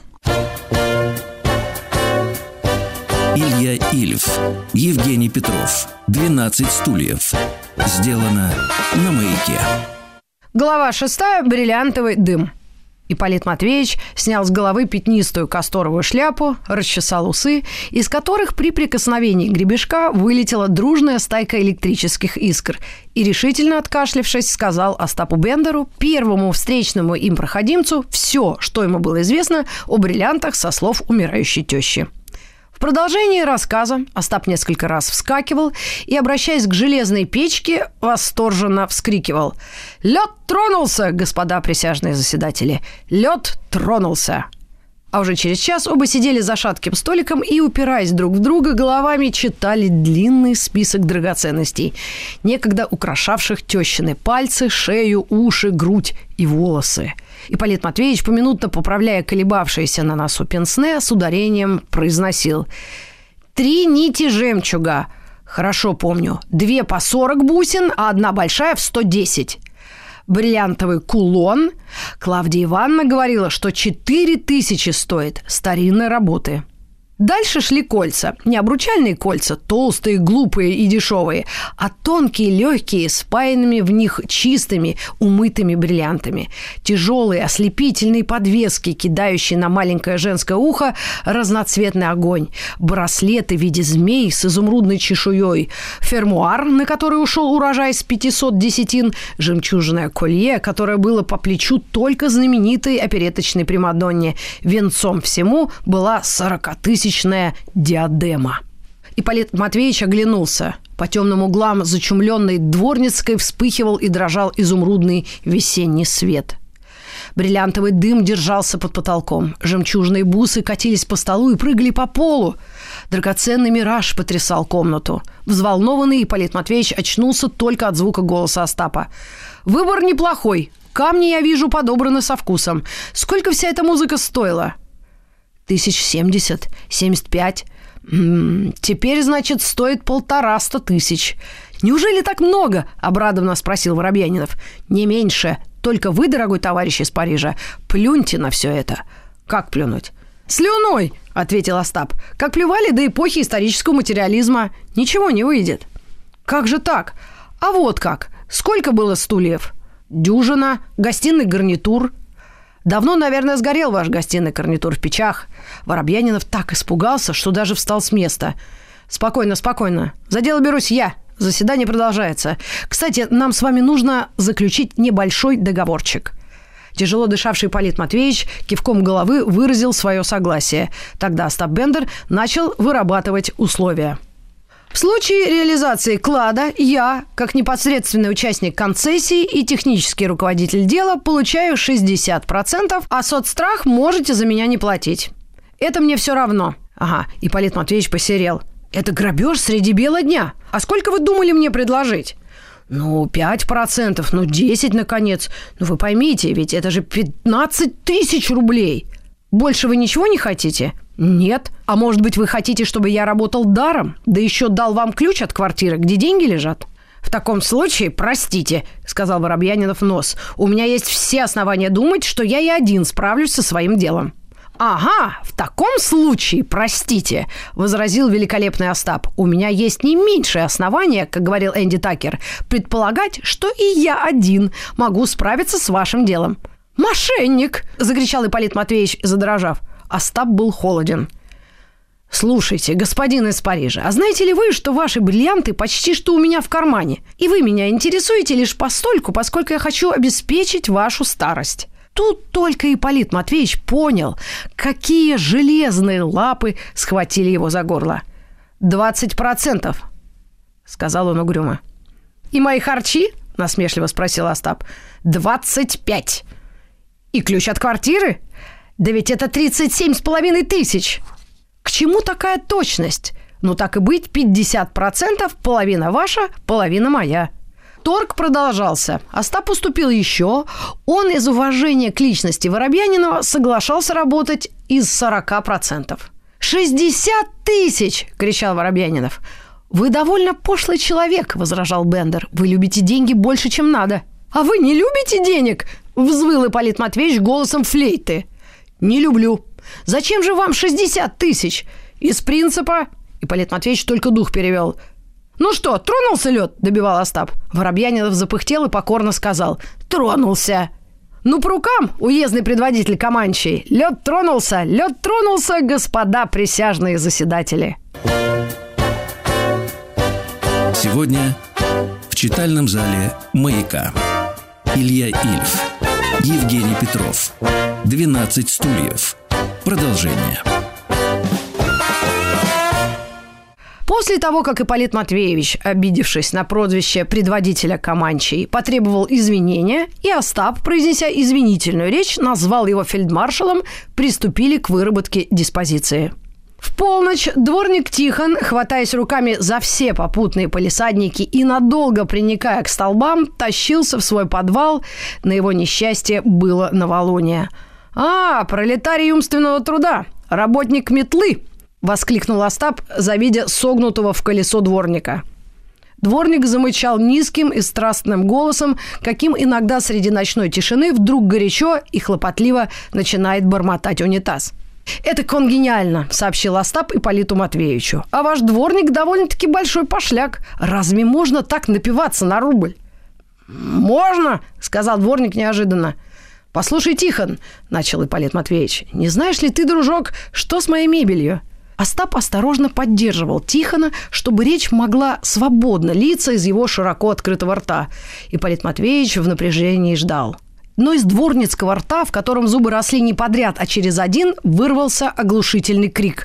Илья Ильф, Евгений Петров, «двенадцать стульев». Сделано на Маяке. Глава шестая. Бриллиантовый дым. Ипполит Матвеевич снял с головы пятнистую касторовую шляпу, расчесал усы, из которых при прикосновении гребешка вылетела дружная стайка электрических искр, и, решительно откашлявшись, сказал Остапу Бендеру, первому встречному им проходимцу, все, что ему было известно о бриллиантах со слов умирающей тещи. В продолжении рассказа Остап несколько раз вскакивал и, обращаясь к железной печке, восторженно вскрикивал: «Лед тронулся, господа присяжные заседатели! Лед тронулся!» А уже через час оба сидели за шатким столиком и, упираясь друг в друга головами, читали длинный список драгоценностей, некогда украшавших тещины пальцы, шею, уши, грудь и волосы. Ипполит Матвеевич, поминутно поправляя колебавшиеся на носу пенсне, с ударением произносил: «Три нити жемчуга. Хорошо помню. Две по сорок бусин, а одна большая в сто десять. Бриллиантовый кулон. Клавдия Ивановна говорила, что четыре тысячи стоит, старинной работы». Дальше шли кольца. Не обручальные кольца, толстые, глупые и дешевые, а тонкие, легкие, спаянными в них чистыми, умытыми бриллиантами. Тяжелые, ослепительные подвески, кидающие на маленькое женское ухо разноцветный огонь. Браслеты в виде змей с изумрудной чешуей. Фермуар, на который ушел урожай с пятисот десятин. Жемчужное колье, которое было по плечу только знаменитой опереточной примадонне. Венцом всему была сорокатысячная диадема. Ипполит Матвеевич оглянулся. По темным углам зачумленной дворницкой вспыхивал и дрожал изумрудный весенний свет. Бриллиантовый дым держался под потолком. Жемчужные бусы катились по столу и прыгали по полу. Драгоценный мираж потрясал комнату. Взволнованный Ипполит Матвеевич очнулся только от звука голоса Остапа. «Выбор неплохой. Камни, я вижу, подобраны со вкусом. Сколько вся эта музыка стоила?» Тысяч семьдесят, семьдесят пять. М-м, теперь, значит, стоит полтораста тысяч. Неужели так много? Обрадованно спросил Воробьянинов. Не меньше. Только вы, дорогой товарищ из Парижа, плюньте на все это. Как плюнуть? Слюной, ответил Остап. Как плевали до эпохи исторического материализма. Ничего не выйдет. Как же так? А вот как. Сколько было стульев? Дюжина, гостиный гарнитур. Давно, наверное, сгорел ваш гостиный гарнитур в печах. Воробьянинов так испугался, что даже встал с места. Спокойно, спокойно. За дело берусь я. Заседание продолжается. Кстати, нам с вами нужно заключить небольшой договорчик. Тяжело дышавший Ипполит Матвеевич кивком головы выразил свое согласие. Тогда Остап Бендер начал вырабатывать условия. В случае реализации клада я, как непосредственный участник концессии и технический руководитель дела, получаю шестьдесят процентов, а соцстрах можете за меня не платить. Это мне все равно. Ага, Ипполит Матвеевич посерел. Это грабеж среди бела дня. А сколько вы думали мне предложить? Ну, пять процентов, ну, десять, наконец. Ну, вы поймите, ведь это же пятнадцать тысяч рублей. Больше вы ничего не хотите? Нет. А может быть, вы хотите, чтобы я работал даром? Да еще дал вам ключ от квартиры, где деньги лежат? В таком случае, простите, сказал Воробьянинов в нос, у меня есть все основания думать, что я и один справлюсь со своим делом. «Ага, в таком случае, простите», – возразил великолепный Остап, – «у меня есть не меньшее основание, как говорил Энди Такер, предполагать, что и я один могу справиться с вашим делом». «Мошенник!» – закричал Ипполит Матвеевич, задрожав. Остап был холоден. «Слушайте, господин из Парижа, а знаете ли вы, что ваши бриллианты почти что у меня в кармане? И вы меня интересуете лишь постольку, поскольку я хочу обеспечить вашу старость». Тут только Ипполит Матвеевич понял, какие железные лапы схватили его за горло. «Двадцать процентов», — сказал он угрюмо. «И мои харчи?» — насмешливо спросил Остап. «Двадцать пять». «И ключ от квартиры? Да ведь это тридцать семь с половиной тысяч». «К чему такая точность? Ну так и быть, пятьдесят процентов, половина ваша, половина моя». Торг продолжался. Остап уступил еще. Он из уважения к личности Воробьянинова соглашался работать из сорока процентов. «Шестьдесят тысяч!» – кричал Воробьянинов. «Вы довольно пошлый человек», – возражал Бендер. «Вы любите деньги больше, чем надо». «А вы не любите денег?» – взвыл Ипполит Матвеевич голосом флейты. «Не люблю. Зачем же вам шестьдесят тысяч?» «Из принципа...» – Ипполит Матвеевич только дух перевел. «Ну что, тронулся лед?» – добивал Остап. Воробьянинов запыхтел и покорно сказал: «Тронулся». «Ну, по рукам, уездный предводитель Команчей. Лед тронулся, лед тронулся, господа присяжные заседатели». Сегодня в читальном зале «Маяка» Илья Ильф, Евгений Петров, «двенадцать стульев». Продолжение. После того, как Ипполит Матвеевич, обидевшись на прозвище предводителя Команчей, потребовал извинения, и Остап, произнеся извинительную речь, назвал его фельдмаршалом, приступили к выработке диспозиции. В полночь дворник Тихон, хватаясь руками за все попутные палисадники и надолго приникая к столбам, тащился в свой подвал. На его несчастье было новолуние. «А, пролетарий умственного труда, работник метлы!» – воскликнул Остап, завидя согнутого в колесо дворника. Дворник замычал низким и страстным голосом, каким иногда среди ночной тишины вдруг горячо и хлопотливо начинает бормотать унитаз. «Это конгениально», – сообщил Остап Ипполиту Матвеевичу. «А ваш дворник довольно-таки большой пошляк. Разве можно так напиваться на рубль?» «Можно», – сказал дворник неожиданно. «Послушай, Тихон», – начал Ипполит Матвеевич, – «не знаешь ли ты, дружок, что с моей мебелью?» Остап осторожно поддерживал Тихона, чтобы речь могла свободно литься из его широко открытого рта. Ипполит Матвеевич в напряжении ждал. Но из дворницкого рта, в котором зубы росли не подряд, а через один, вырвался оглушительный крик.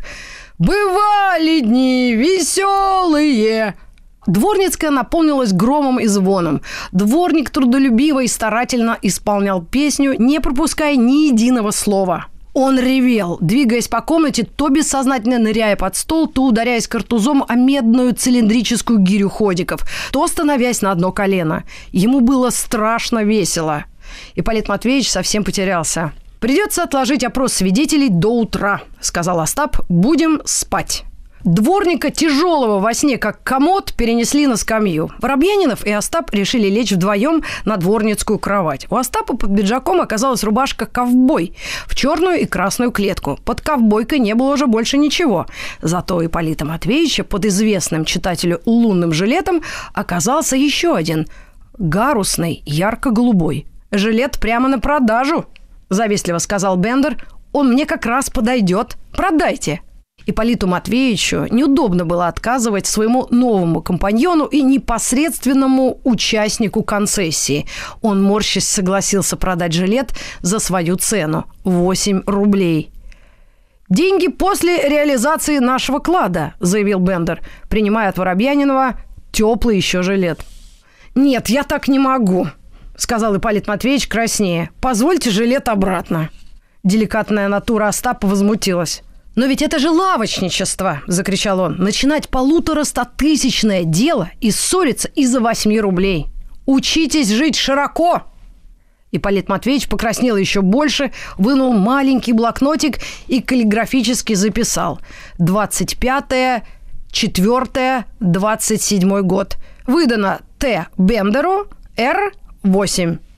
«Бывали дни веселые!» Дворницкая наполнилась громом и звоном. Дворник трудолюбиво и старательно исполнял песню, не пропуская ни единого слова. Он ревел, двигаясь по комнате, то бессознательно ныряя под стол, то ударяясь картузом о медную цилиндрическую гирю ходиков, то становясь на одно колено. Ему было страшно весело. Ипполит Матвеевич совсем потерялся. «Придется отложить опрос свидетелей до утра», – сказал Остап. «Будем спать». Дворника, тяжелого во сне, как комод, перенесли на скамью. Воробьянинов и Остап решили лечь вдвоем на дворницкую кровать. У Остапа под пиджаком оказалась рубашка «ковбой» в черную и красную клетку. Под ковбойкой не было уже больше ничего. Зато Ипполита Матвеевича под известным читателю лунным жилетом оказался еще один – гарусный, ярко-голубой. «Жилет прямо на продажу», – завистливо сказал Бендер. «Он мне как раз подойдет. Продайте». Ипполиту Матвеевичу неудобно было отказывать своему новому компаньону и непосредственному участнику концессии. Он, морщась, согласился продать жилет за свою цену – восемь рублей. «Деньги после реализации нашего клада», – заявил Бендер, принимая от Воробьянинова теплый еще жилет. «Нет, я так не могу», – сказал Ипполит Матвеевич краснее. «Позвольте жилет обратно». Деликатная натура Остапа возмутилась. «Но ведь это же лавочничество!» – закричал он. «Начинать полуторастотысячное дело и ссориться из-за восьми рублей! Учитесь жить широко!» Ипполит Матвеевич покраснел еще больше, вынул маленький блокнотик и каллиграфически записал: «двадцать пятое, четвёртое, двадцать седьмой год. Выдано Т. Бендеру, Р. восемь».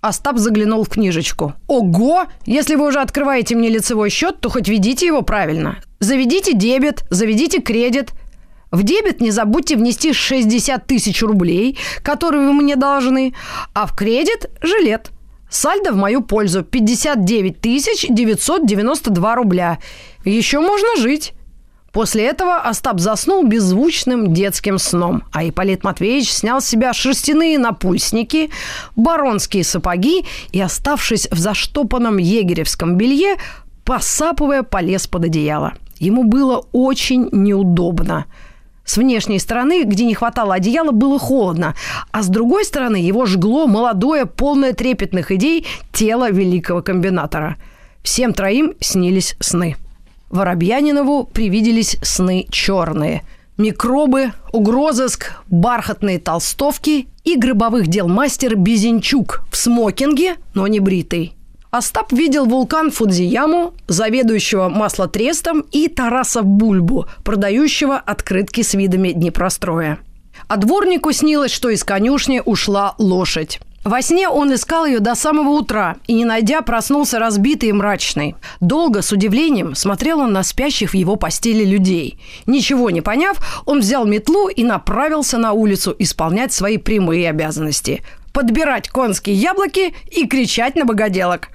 Остап заглянул в книжечку. Ого! Если вы уже открываете мне лицевой счет, то хоть ведите его правильно. Заведите дебет, заведите кредит. В дебет не забудьте внести шестьдесят тысяч рублей, которые вы мне должны, а в кредит – жилет. Сальдо в мою пользу – пятьдесят девять тысяч девятьсот девяносто два рубля. Еще можно жить. После этого Остап заснул беззвучным детским сном, а Ипполит Матвеевич снял с себя шерстяные напульсники, баронские сапоги и, оставшись в заштопанном егеревском белье, посапывая, полез под одеяло. Ему было очень неудобно. С внешней стороны, где не хватало одеяла, было холодно, а с другой стороны его жгло молодое, полное трепетных идей тело великого комбинатора. Всем троим снились сны. Воробьянинову привиделись сны черные. Микробы, угрозыск, бархатные толстовки и гробовых дел мастер Безенчук в смокинге, но не бритый. Остап видел вулкан Фудзияму, заведующего маслотрестом, и Тараса Бульбу, продающего открытки с видами Днепростроя. А дворнику снилось, что из конюшни ушла лошадь. Во сне он искал ее до самого утра и, не найдя, проснулся разбитый и мрачный. Долго, с удивлением, смотрел он на спящих в его постели людей. Ничего не поняв, он взял метлу и направился на улицу исполнять свои прямые обязанности – подбирать конские яблоки и кричать на богоделок.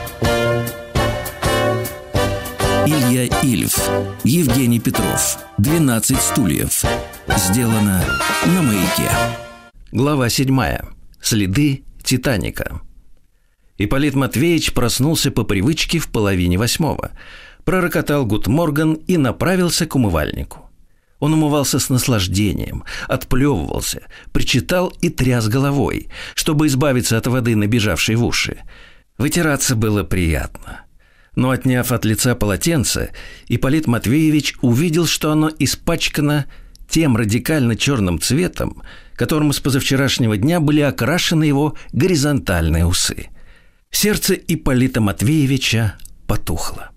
Илья Ильф, Евгений Петров, «двенадцать стульев». Сделано на Маяке. Глава седьмая. Следы Титаника. Ипполит Матвеевич проснулся по привычке в половине восьмого, пророкотал гутморган и направился к умывальнику. Он умывался с наслаждением, отплевывался, причитал и тряс головой, чтобы избавиться от воды, набежавшей в уши. Вытираться было приятно. Но, отняв от лица полотенце, Ипполит Матвеевич увидел, что оно испачкано тем радикально черным цветом, которым с позавчерашнего дня были окрашены его горизонтальные усы. Сердце Ипполита Матвеевича потухло.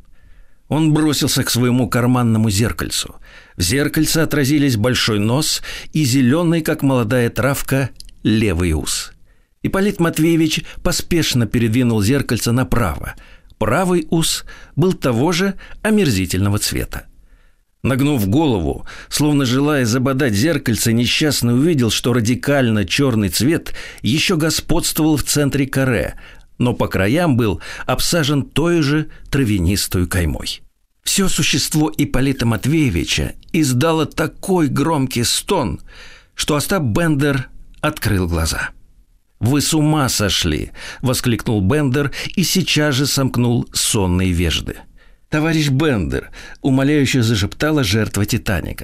Он бросился к своему карманному зеркальцу. В зеркальце отразились большой нос и зеленый, как молодая травка, левый ус. Ипполит Матвеевич поспешно передвинул зеркальце направо. Правый ус был того же омерзительного цвета. Нагнув голову, словно желая забодать зеркальце, несчастный увидел, что радикально черный цвет еще господствовал в центре каре, но по краям был обсажен той же травянистой каймой. Все существо Ипполита Матвеевича издало такой громкий стон, что Остап Бендер открыл глаза. «Вы с ума сошли!» – воскликнул Бендер и сейчас же сомкнул сонные вежды. «Товарищ Бендер!» – умоляюще зашептала жертва Титаника.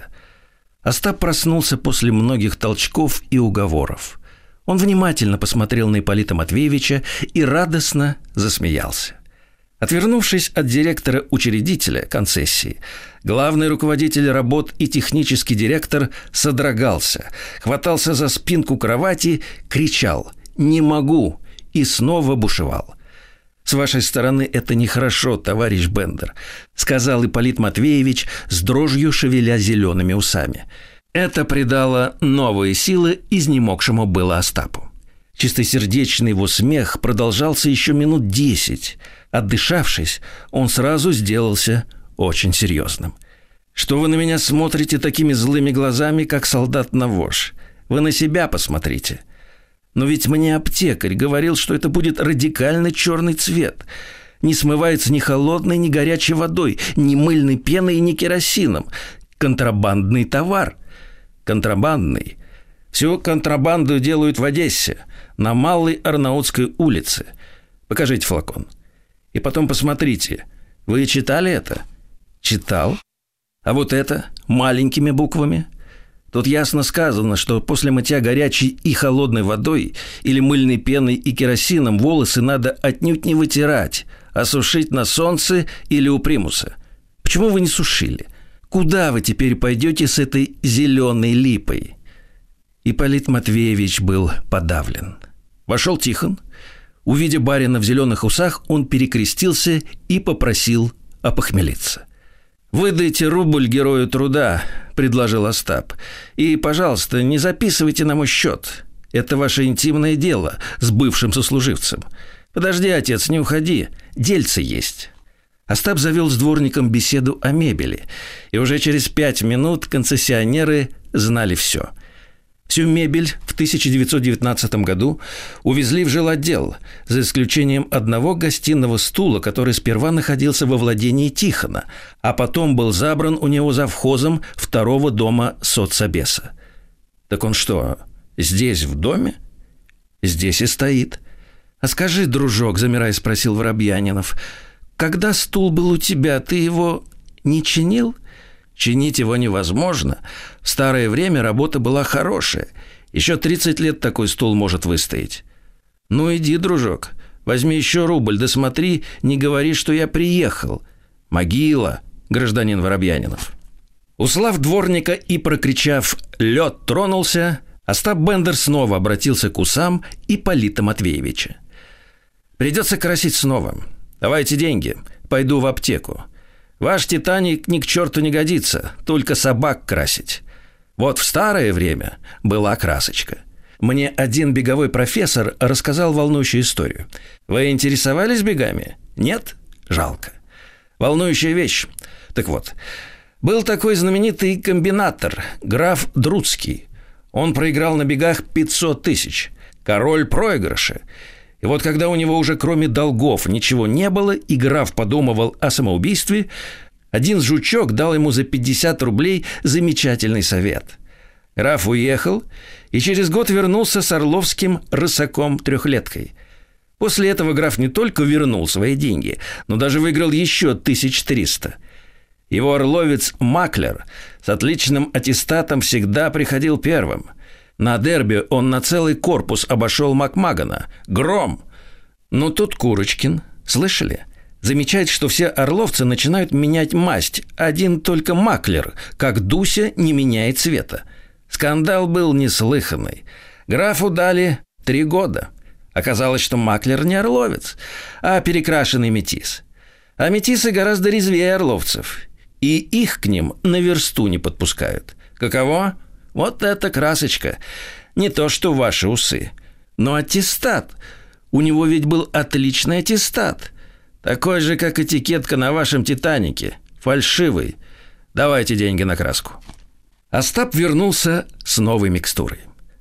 Остап проснулся после многих толчков и уговоров. Он внимательно посмотрел на Ипполита Матвеевича и радостно засмеялся. Отвернувшись от директора-учредителя концессии, главный руководитель работ и технический директор содрогался, хватался за спинку кровати, кричал «Не могу!» и снова бушевал. «С вашей стороны это нехорошо, товарищ Бендер», — сказал Ипполит Матвеевич с дрожью шевеля зелеными усами. Это придало новые силы изнемогшему было Остапу. Чистосердечный его смех продолжался еще минут десять. Отдышавшись, он сразу сделался очень серьезным. «Что вы на меня смотрите такими злыми глазами, как солдат на вож? Вы на себя посмотрите. Но ведь мне аптекарь говорил, что это будет радикально черный цвет. Не смывается ни холодной, ни горячей водой, ни мыльной пеной, ни керосином. Контрабандный товар. Контрабандный. Всю контрабанду делают в Одессе, на Малой Арнаутской улице. Покажите флакон. И потом посмотрите. Вы читали это?» «Читал. А вот это маленькими буквами?» Тут ясно сказано, что после мытья горячей и холодной водой или мыльной пеной и керосином волосы надо отнюдь не вытирать, а сушить на солнце или у примуса. Почему вы не сушили? Куда вы теперь пойдете с этой зеленой липой?» Ипполит Матвеевич был подавлен. Вошел Тихон. Увидя барина в зеленых усах, он перекрестился и попросил опохмелиться. «Выдайте рубль герою труда», – предложил Остап. «И, пожалуйста, не записывайте на мой счет. Это ваше интимное дело с бывшим сослуживцем. Подожди, отец, не уходи. Дельце есть». Остап завел с дворником беседу о мебели, и уже через пять минут концессионеры знали все. Всю мебель в тысяча девятьсот девятнадцатом году увезли в жилотдел, за исключением одного гостиного стула, который сперва находился во владении Тихона, а потом был забран у него завхозом второго дома соцобеса. Так он что, здесь, в доме? Здесь и стоит. «А скажи, дружок, — замирая спросил Воробьянинов, — когда стул был у тебя, ты его не чинил?» «Чинить его невозможно. В старое время работа была хорошая. Еще тридцать лет такой стул может выстоять». «Ну иди, дружок, возьми еще рубль, да смотри, не говори, что я приехал. Могила, гражданин Воробьянинов». Услав дворника и прокричав «Лед тронулся», Остап Бендер снова обратился к усам Ипполита Матвеевича. «Придется красить снова. Давайте деньги, пойду в аптеку. Ваш «Титаник» ни к черту не годится, только собак красить. Вот в старое время была красочка. Мне один беговой профессор рассказал волнующую историю. Вы интересовались бегами? Нет? Жалко. Волнующая вещь. Так вот, был такой знаменитый комбинатор, граф Друцкий. Он проиграл на бегах пятьсот тысяч. Король проигрыша. И вот когда у него уже кроме долгов ничего не было, и граф подумывал о самоубийстве, один жучок дал ему за пятьдесят рублей замечательный совет. Граф уехал и через год вернулся с орловским рысаком-трехлеткой. После этого граф не только вернул свои деньги, но даже выиграл еще тысяч триста. Его орловец Маклер с отличным аттестатом всегда приходил первым. На дерби он на целый корпус обошел Макмагана. Гром! Но тут Курочкин, слышали, замечает, что все орловцы начинают менять масть. Один только Маклер, как Дуся, не меняет цвета. Скандал был неслыханный. Графу дали три года. Оказалось, что Маклер не орловец, а перекрашенный метис. А метисы гораздо резвее орловцев. И их к ним на версту не подпускают. Каково? Вот это красочка. Не то, что ваши усы. Но аттестат. У него ведь был отличный аттестат. Такой же, как этикетка на вашем «Титанике». Фальшивый. Давайте деньги на краску. Остап вернулся с новой микстурой.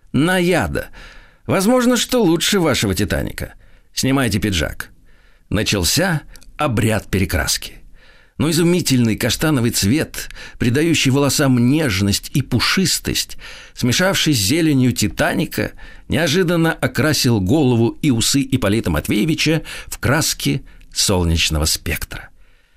Наяда. Возможно, что лучше вашего «Титаника». Снимайте пиджак. Начался обряд перекраски. Но изумительный каштановый цвет, придающий волосам нежность и пушистость, смешавшись с зеленью «Титаника», неожиданно окрасил голову и усы Ипполита Матвеевича в краски солнечного спектра.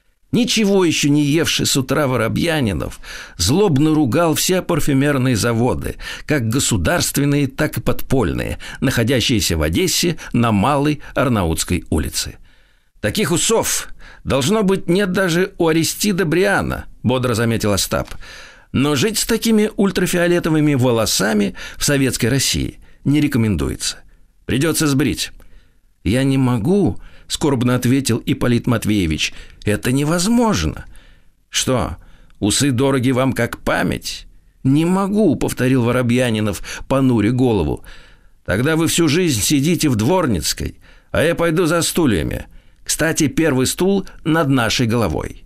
Ничего еще не евший с утра Воробьянинов злобно ругал все парфюмерные заводы, как государственные, так и подпольные, находящиеся в Одессе на Малой Арнаутской улице. «Таких усов, должно быть, нет даже у Аристида Бриана», – бодро заметил Остап. «Но жить с такими ультрафиолетовыми волосами в советской России не рекомендуется. Придется сбрить». «Я не могу», – скорбно ответил Ипполит Матвеевич. «Это невозможно». «Что, усы дороги вам как память?» «Не могу», – повторил Воробьянинов, понуря голову. «Тогда вы всю жизнь сидите в Дворницкой, а я пойду за стульями. Кстати, первый стул над нашей головой».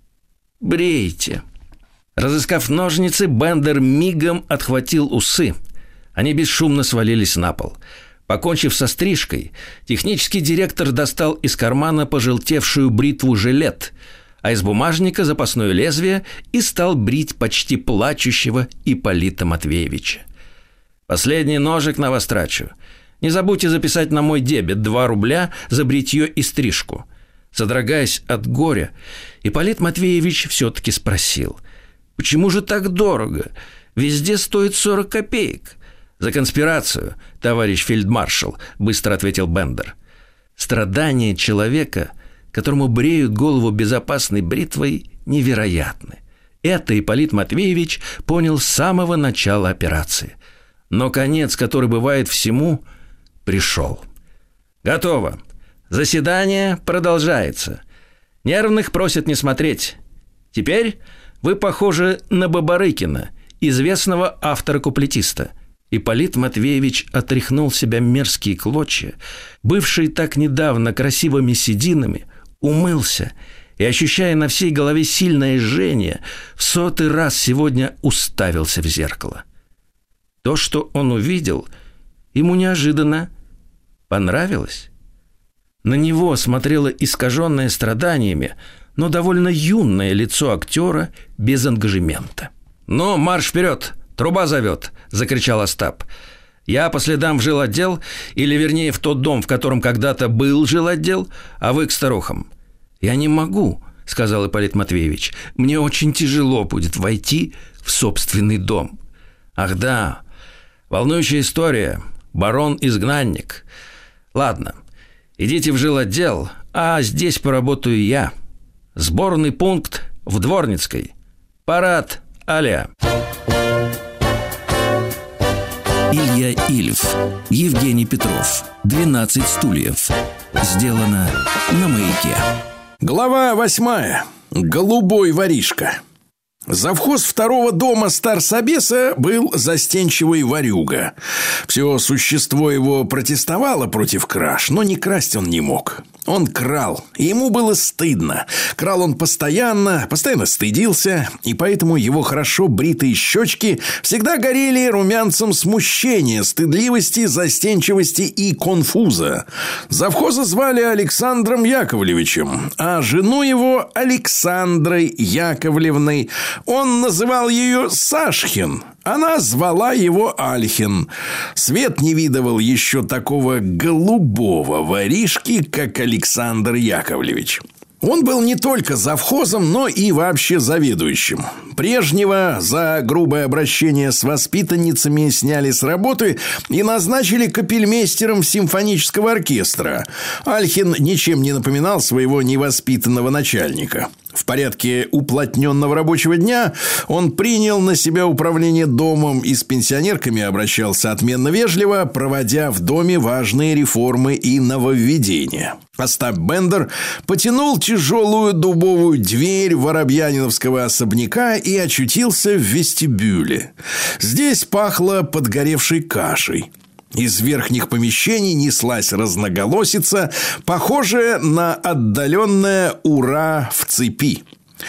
«Брейте». Разыскав ножницы, Бендер мигом отхватил усы. Они бесшумно свалились на пол. Покончив со стрижкой, технический директор достал из кармана пожелтевшую бритву-жилет, а из бумажника запасное лезвие и стал брить почти плачущего Ипполита Матвеевича. «Последний ножик на вас трачу. Не забудьте записать на мой дебет два рубля за бритье и стрижку». Содрогаясь от горя, Ипполит Матвеевич все-таки спросил: «Почему же так дорого? Везде стоит сорок копеек». «За конспирацию, товарищ фельдмаршал», – быстро ответил Бендер. Страдания человека, которому бреют голову безопасной бритвой, невероятны. Это Ипполит Матвеевич понял с самого начала операции. Но конец, который бывает всему, пришел. «Готово. Заседание продолжается. Нервных просят не смотреть. Теперь вы похожи на Бабарыкина, известного автора-куплетиста. Ипполит Матвеевич отряхнул себя мерзкие клочья, бывшие так недавно красивыми сединами, умылся и, ощущая на всей голове сильное жжение, в сотый раз сегодня уставился в зеркало. То, что он увидел, ему неожиданно понравилось. На него смотрело искаженное страданиями, но довольно юное лицо актера без ангажемента. «Ну, марш вперед! Труба зовет!» – закричал Остап. «Я по следам в жилотдел, или вернее в тот дом, в котором когда-то был жилотдел, а вы к старухам». «Я не могу», – сказал Ипполит Матвеевич. «Мне очень тяжело будет войти в собственный дом». «Ах да, волнующая история. Барон-изгнанник. Ладно, идите в жилотдел, а здесь поработаю я. Сборный пункт в Дворницкой. Парад а-ля». Илья Ильф, Евгений Петров, «двенадцать стульев». Сделано на Маяке. Глава восьмая. Голубой воришка. Завхоз второго дома старсобеса был застенчивый ворюга. Все существо его протестовало против краж, но не красть он не мог. Он крал, и ему было стыдно. Крал он постоянно, постоянно стыдился, и поэтому его хорошо бритые щечки всегда горели румянцем смущения, стыдливости, застенчивости и конфуза. Завхоза звали Александром Яковлевичем, а жену его Александрой Яковлевной. Он называл ее Сашхин, она звала его Альхин. Свет не видывал еще такого голубого воришки, как Александр Яковлевич. Он был не только завхозом, но и вообще заведующим. Прежнего за грубое обращение с воспитанницами сняли с работы и назначили капельмейстером симфонического оркестра. Альхин ничем не напоминал своего невоспитанного начальника. В порядке уплотненного рабочего дня он принял на себя управление домом и с пенсионерками обращался отменно вежливо, проводя в доме важные реформы и нововведения. Остап Бендер потянул тяжелую дубовую дверь воробьяниновского особняка и очутился в вестибюле. Здесь пахло подгоревшей кашей. Из верхних помещений неслась разноголосица, похожая на отдаленное «Ура» в цепи.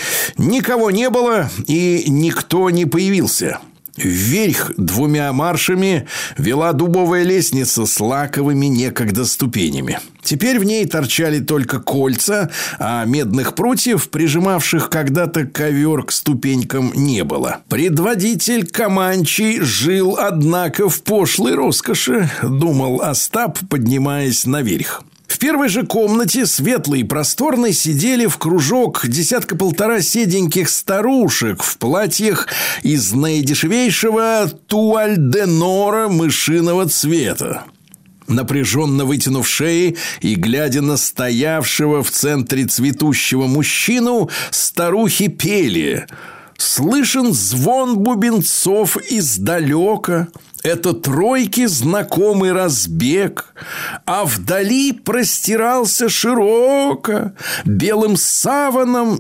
Никого не было, и никто не появился. Вверх двумя маршами вела дубовая лестница с лаковыми некогда ступенями. Теперь в ней торчали только кольца, а медных прутьев, прижимавших когда-то ковер к ступенькам, не было. Предводитель Каманчи жил, однако, в пошлой роскоши, думал Остап, поднимаясь наверх. В первой же комнате, светлой и просторной, сидели в кружок десятка-полтора седеньких старушек в платьях из наидешевейшего туаль-де-нора мышиного цвета. Напряженно вытянув шеи и глядя на стоявшего в центре цветущего мужчину, старухи пели: «Слышен звон бубенцов издалека, это тройки знакомый разбег, а вдали простирался широко белым саваном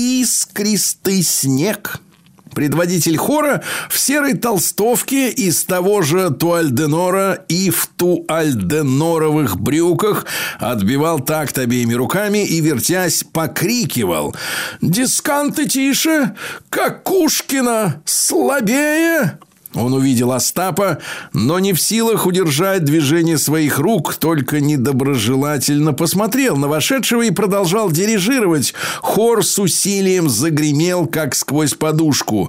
искристый снег». Предводитель хора в серой толстовке из того же туаль-де-нора и в туаль-де-норовых брюках отбивал такт обеими руками и, вертясь, покрикивал: «Дисканты тише! Какушкина слабее!» Он увидел Остапа, но не в силах удержать движение своих рук, только недоброжелательно посмотрел на вошедшего и продолжал дирижировать. Хор с усилием загремел, как сквозь подушку: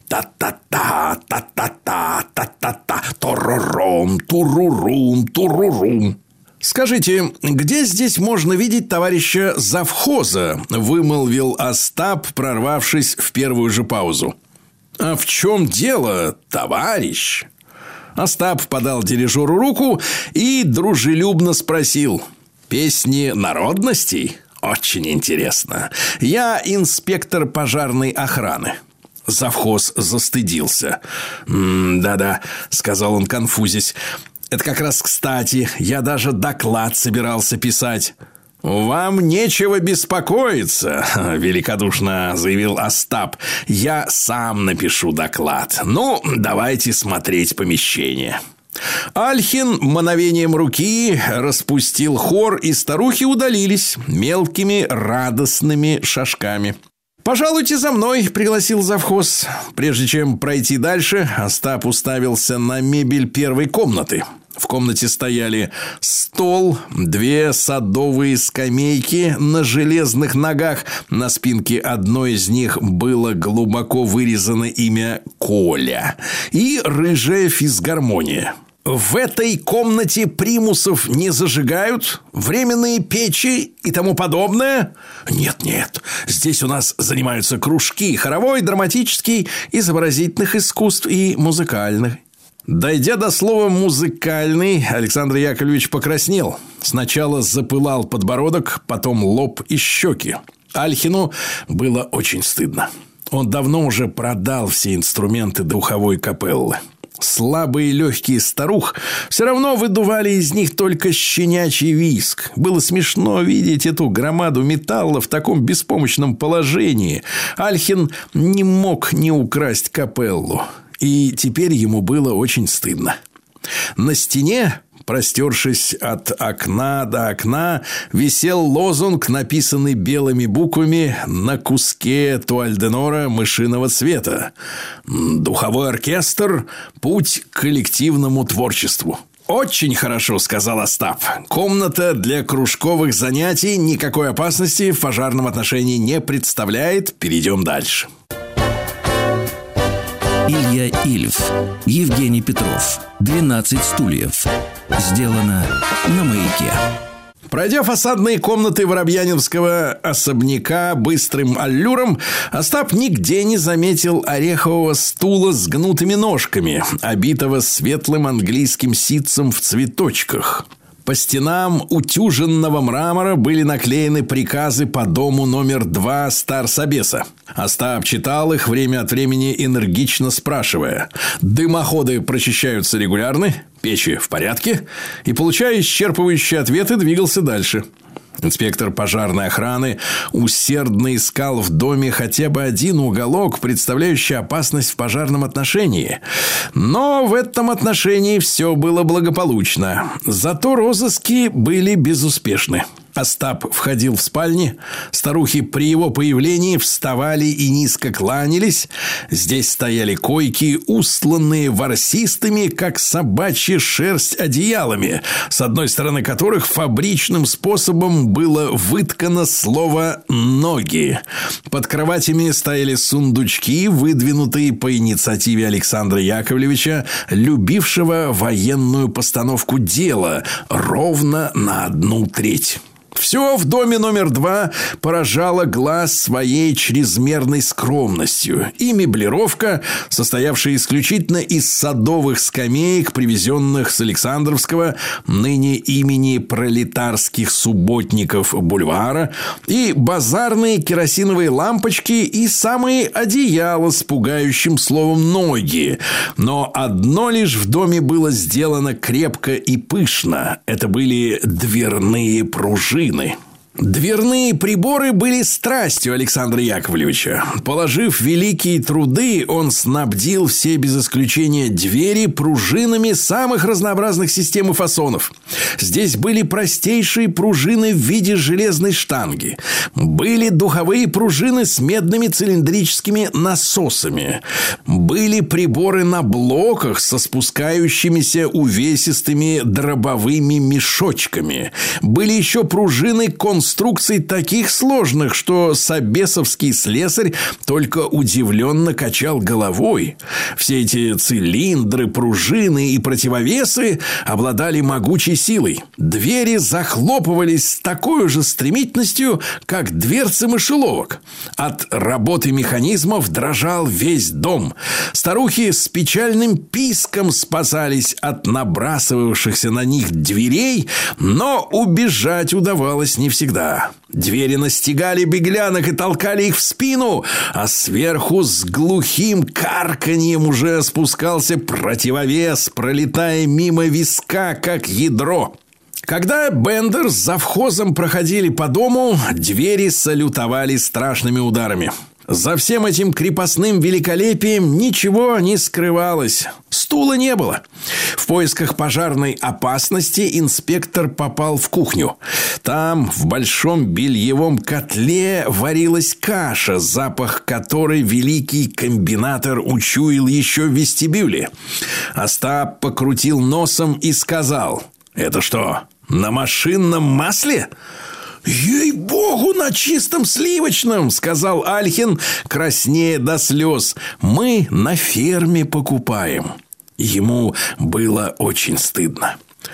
«Та-та-та, та-та-та, та-та-та, торором, турурум, турурум». «Скажите, где здесь можно видеть товарища завхоза?» – вымолвил Остап, прорвавшись в первую же паузу. «А в чем дело, товарищ?» Остап подал дирижеру руку и дружелюбно спросил: «Песни народностей? Очень интересно. Я инспектор пожарной охраны». Завхоз застыдился. «Да-да», — сказал он, конфузясь. «Это как раз кстати. Я даже доклад собирался писать». «Вам нечего беспокоиться», – великодушно заявил Остап. «Я сам напишу доклад. Ну, давайте смотреть помещение». Альхин мановением руки распустил хор, и старухи удалились мелкими радостными шажками. «Пожалуйте за мной», – пригласил завхоз. Прежде чем пройти дальше, Остап уставился на мебель первой комнаты. В комнате стояли стол, две садовые скамейки на железных ногах. На спинке одной из них было глубоко вырезано имя Коля и рыжая физгармония. В этой комнате примусов не зажигают, временные печи и тому подобное? Нет-нет, здесь у нас занимаются кружки: хоровой, драматический, изобразительных искусств и музыкальных. Дойдя до слова «музыкальный», Александр Яковлевич покраснел. Сначала запылал подбородок, потом лоб и щеки. Альхину было очень стыдно. Он давно уже продал все инструменты духовой капеллы. Слабые легкие старух все равно выдували из них только щенячий визг. Было смешно видеть эту громаду металла в таком беспомощном положении. Альхин не мог не украсть капеллу. И теперь ему было очень стыдно. На стене, простершись от окна до окна, висел лозунг, написанный белыми буквами на куске туаль-де-нора мышиного цвета: «Духовой оркестр. Путь к коллективному творчеству». «Очень хорошо», — сказал Остап. «Комната для кружковых занятий никакой опасности в пожарном отношении не представляет. Перейдем дальше». Илья Ильф, Евгений Петров, «двенадцать стульев». Сделано на Маяке. Пройдя фасадные комнаты воробьянинского особняка быстрым аллюром, Остап нигде не заметил орехового стула с гнутыми ножками, обитого светлым английским ситцем в цветочках. По стенам утюженного мрамора были наклеены приказы по дому номер два Старсобеса. Остап читал их, время от времени энергично спрашивая: дымоходы прочищаются регулярно, печи в порядке? И, получая исчерпывающие ответы, двигался дальше. Инспектор пожарной охраны усердно искал в доме хотя бы один уголок, представляющий опасность в пожарном отношении. Но в этом отношении все было благополучно. Зато розыски были безуспешны. Остап входил в спальни. Старухи при его появлении вставали и низко кланялись. Здесь стояли койки, устланные ворсистыми, как собачья шерсть, одеялами, с одной стороны которых фабричным способом было выткано слово «ноги». Под кроватями стояли сундучки, выдвинутые по инициативе Александра Яковлевича, любившего военную постановку дела, ровно на одну треть. Все в доме номер два поражало глаз своей чрезмерной скромностью. И меблировка, состоявшая исключительно из садовых скамеек, привезенных с Александровского, ныне имени пролетарских субботников бульвара, и базарные керосиновые лампочки, и самые одеяла с пугающим словом «ноги». Но одно лишь в доме было сделано крепко и пышно. Это были дверные пружины. Дверные приборы были страстью Александра Яковлевича. Положив великие труды, он снабдил все без исключения двери пружинами самых разнообразных систем и фасонов. Здесь были простейшие пружины в виде железной штанги. Были духовые пружины с медными цилиндрическими насосами. Были приборы на блоках со спускающимися увесистыми дробовыми мешочками. Были еще пружины конструкции Конструкций таких сложных, что собесовский слесарь только удивленно качал головой. Все эти цилиндры, пружины и противовесы обладали могучей силой. Двери захлопывались с такой же стремительностью, как дверцы мышеловок. От работы механизмов дрожал весь дом. Старухи с печальным писком спасались от набрасывавшихся на них дверей, но убежать удавалось не всегда. Двери настигали беглянок и толкали их в спину, а сверху с глухим карканьем уже спускался противовес, пролетая мимо виска, как ядро. Когда Бендер с завхозом проходили по дому, двери салютовали страшными ударами. За всем этим крепостным великолепием ничего не скрывалось. Стула не было. В поисках пожарной опасности инспектор попал в кухню. Там, в большом бельевом котле, варилась каша, запах которой великий комбинатор учуял еще в вестибюле. Остап покрутил носом и сказал: «Это что, на машинном масле?» «Ей-богу, на чистом сливочном!» — сказал Альхин, краснея до слез. «Мы на ферме покупаем». Ему было очень стыдно.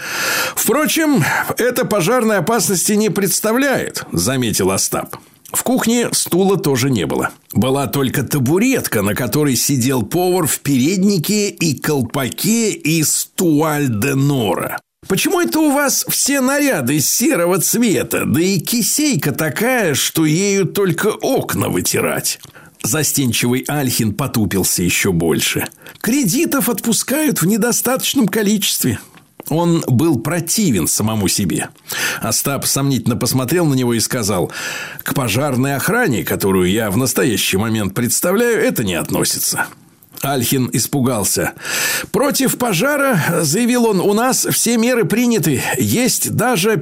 «Впрочем, это пожарной опасности не представляет», — заметил Остап. В кухне стула тоже не было. Была только табуретка, на которой сидел повар в переднике и колпаке из туаль-де-нора. «Почему это у вас все наряды серого цвета, да и кисейка такая, что ею только окна вытирать?» Застенчивый Альхин потупился еще больше. «Кредитов отпускают в недостаточном количестве». Он был противен самому себе. Остап сомнительно посмотрел на него и сказал: «К пожарной охране, которую я в настоящий момент представляю, это не относится». Альхин испугался. «Против пожара, — заявил он, — у нас все меры приняты. Есть даже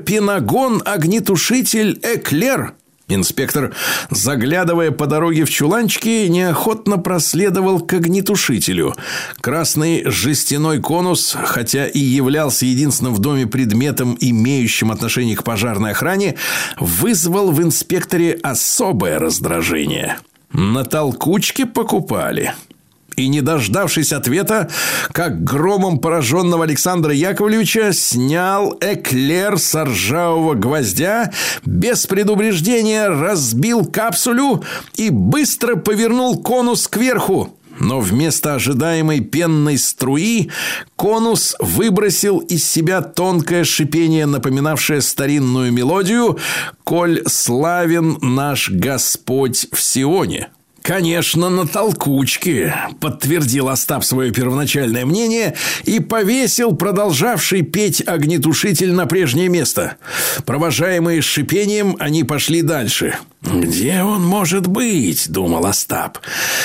пенагон-огнетушитель «Эклер». Инспектор, заглядывая по дороге в чуланчики, неохотно проследовал к огнетушителю. Красный жестяной конус, хотя и являлся единственным в доме предметом, имеющим отношение к пожарной охране, вызвал в инспекторе особое раздражение. На толкучке покупали. И, не дождавшись ответа, как громом пораженного Александра Яковлевича, снял эклер с ржавого гвоздя, без предупреждения разбил капсулю и быстро повернул конус кверху. Но вместо ожидаемой пенной струи конус выбросил из себя тонкое шипение, напоминавшее старинную мелодию «Коль славен наш Господь в Сионе». «Конечно, на толкучке», – подтвердил Остап свое первоначальное мнение и повесил продолжавший петь огнетушитель на прежнее место. Провожаемые шипением, они пошли дальше. «Где он может быть?» – думал Остап.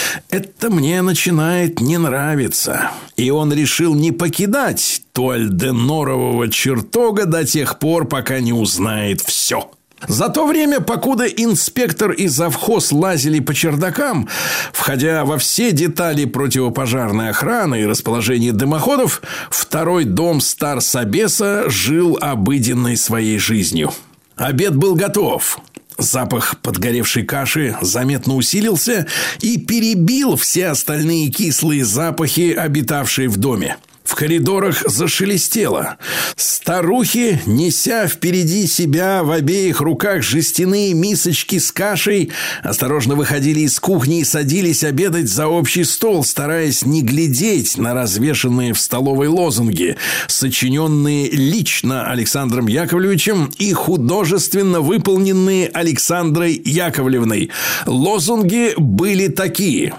«Это мне начинает не нравиться». И он решил не покидать туаль-де-норового чертога до тех пор, пока не узнает все. За то время, покуда инспектор и завхоз лазили по чердакам, входя во все детали противопожарной охраны и расположения дымоходов, второй дом Старсобеса жил обыденной своей жизнью. Обед был готов. Запах подгоревшей каши заметно усилился и перебил все остальные кислые запахи, обитавшие в доме. В коридорах зашелестело. Старухи, неся впереди себя в обеих руках жестяные мисочки с кашей, осторожно выходили из кухни и садились обедать за общий стол, стараясь не глядеть на развешанные в столовой лозунги, сочиненные лично Александром Яковлевичем и художественно выполненные Александрой Яковлевной. Лозунги были такие: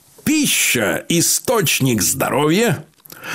«Пища – источник здоровья»,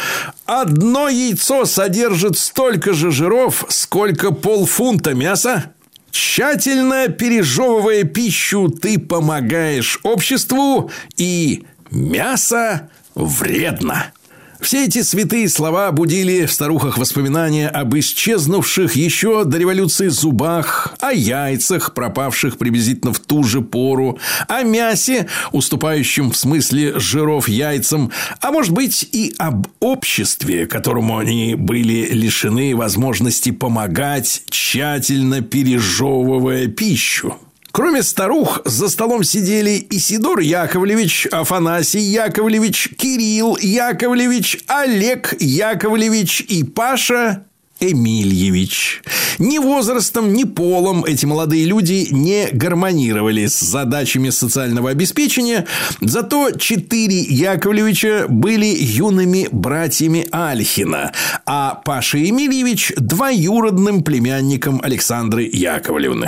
«Одно яйцо содержит столько же жиров, сколько полфунта мяса», «Тщательно пережевывая пищу, ты помогаешь обществу» и «Мясо вредно». Все эти святые слова будили в старухах воспоминания об исчезнувших еще до революции зубах, о яйцах, пропавших приблизительно в ту же пору, о мясе, уступающем в смысле жиров яйцам, а может быть и об обществе, которому они были лишены возможности помогать, тщательно пережевывая пищу. Кроме старух, за столом сидели Исидор Яковлевич, Афанасий Яковлевич, Кирилл Яковлевич, Олег Яковлевич и Паша Эмильевич. Ни возрастом, ни полом эти молодые люди не гармонировали с задачами социального обеспечения, зато четыре Яковлевича были юными братьями Альхина, а Паша Эмильевич – двоюродным племянником Александры Яковлевны.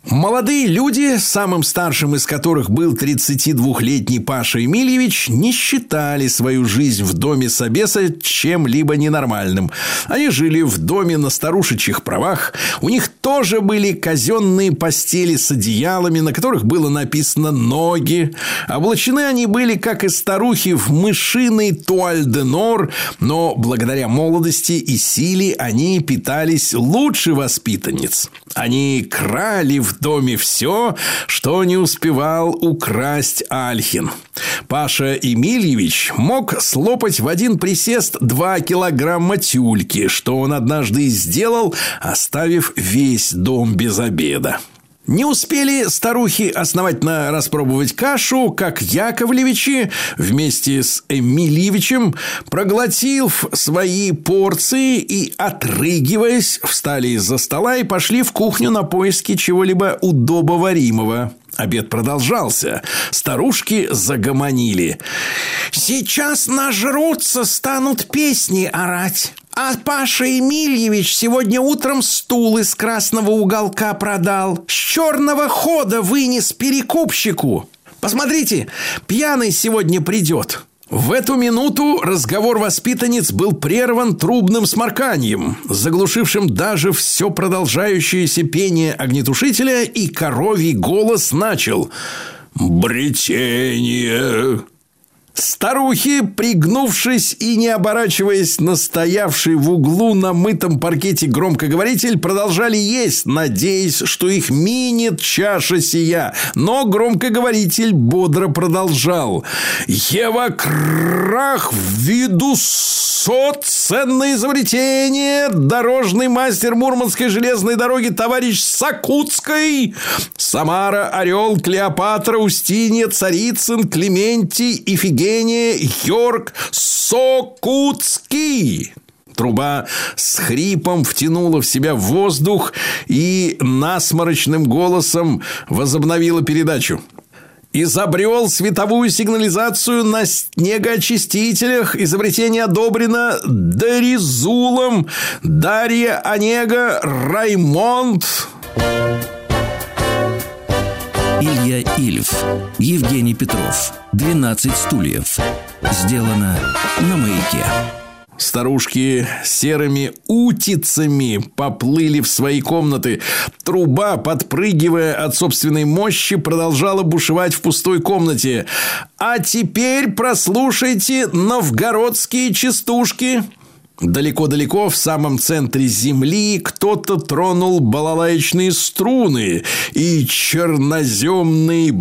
Молодые люди, самым старшим из которых был тридцатидвухлетний Паша Емельевич, не считали свою жизнь в доме Собеса чем-либо ненормальным. Они жили в доме на старушечьих правах. У них тоже были казенные постели с одеялами, на которых было написано «ноги». Облачены они были, как и старухи, в мышиный туаль-де-нор, но благодаря молодости и силе они питались лучше воспитанниц. Они крали в доме все, что не успевал украсть Альхин. Паша Емельевич мог слопать в один присест два килограмма тюльки, что он однажды и сделал, оставив весь дом без обеда. Не успели старухи основательно распробовать кашу, как Яковлевичи вместе с Эмильевичем, проглотив свои порции и отрыгиваясь, встали из-за стола и пошли в кухню на поиски чего-либо удобоваримого. Обед продолжался. Старушки загомонили. «Сейчас нажрутся, станут песни орать. А Паша Емельевич сегодня утром стул из красного уголка продал. С черного хода вынес перекупщику. Посмотрите, пьяный сегодня придет». В эту минуту разговор воспитанниц был прерван трубным сморканьем, заглушившим даже все продолжающееся пение огнетушителя, и коровий голос начал: «Бретение». Старухи, пригнувшись и не оборачиваясь на стоявший в углу на мытом паркете громкоговоритель, продолжали есть, надеясь, что их минет чаша сия. Но громкоговоритель бодро продолжал: «Ева крах ввиду сот ценное изобретение дорожный мастер Мурманской железной дороги товарищ Сокутской, Самара, Орел, Клеопатра, Устинья, Царицын, Клементий, Ифигения, Йорк, Сокутский». Труба с хрипом втянула в себя воздух и насморочным голосом возобновила передачу. «Изобрел световую сигнализацию на снегоочистителях. Изобретение одобрено Доризулом. Дарья Онега, Раймонд». Илья Ильф, Евгений Петров. «двенадцать стульев». Сделано на Маяке. Старушки серыми утицами поплыли в свои комнаты. Труба, подпрыгивая от собственной мощи, продолжала бушевать в пустой комнате. «А теперь прослушайте новгородские частушки». Далеко-далеко в самом центре земли кто-то тронул балалаечные струны, и черноземный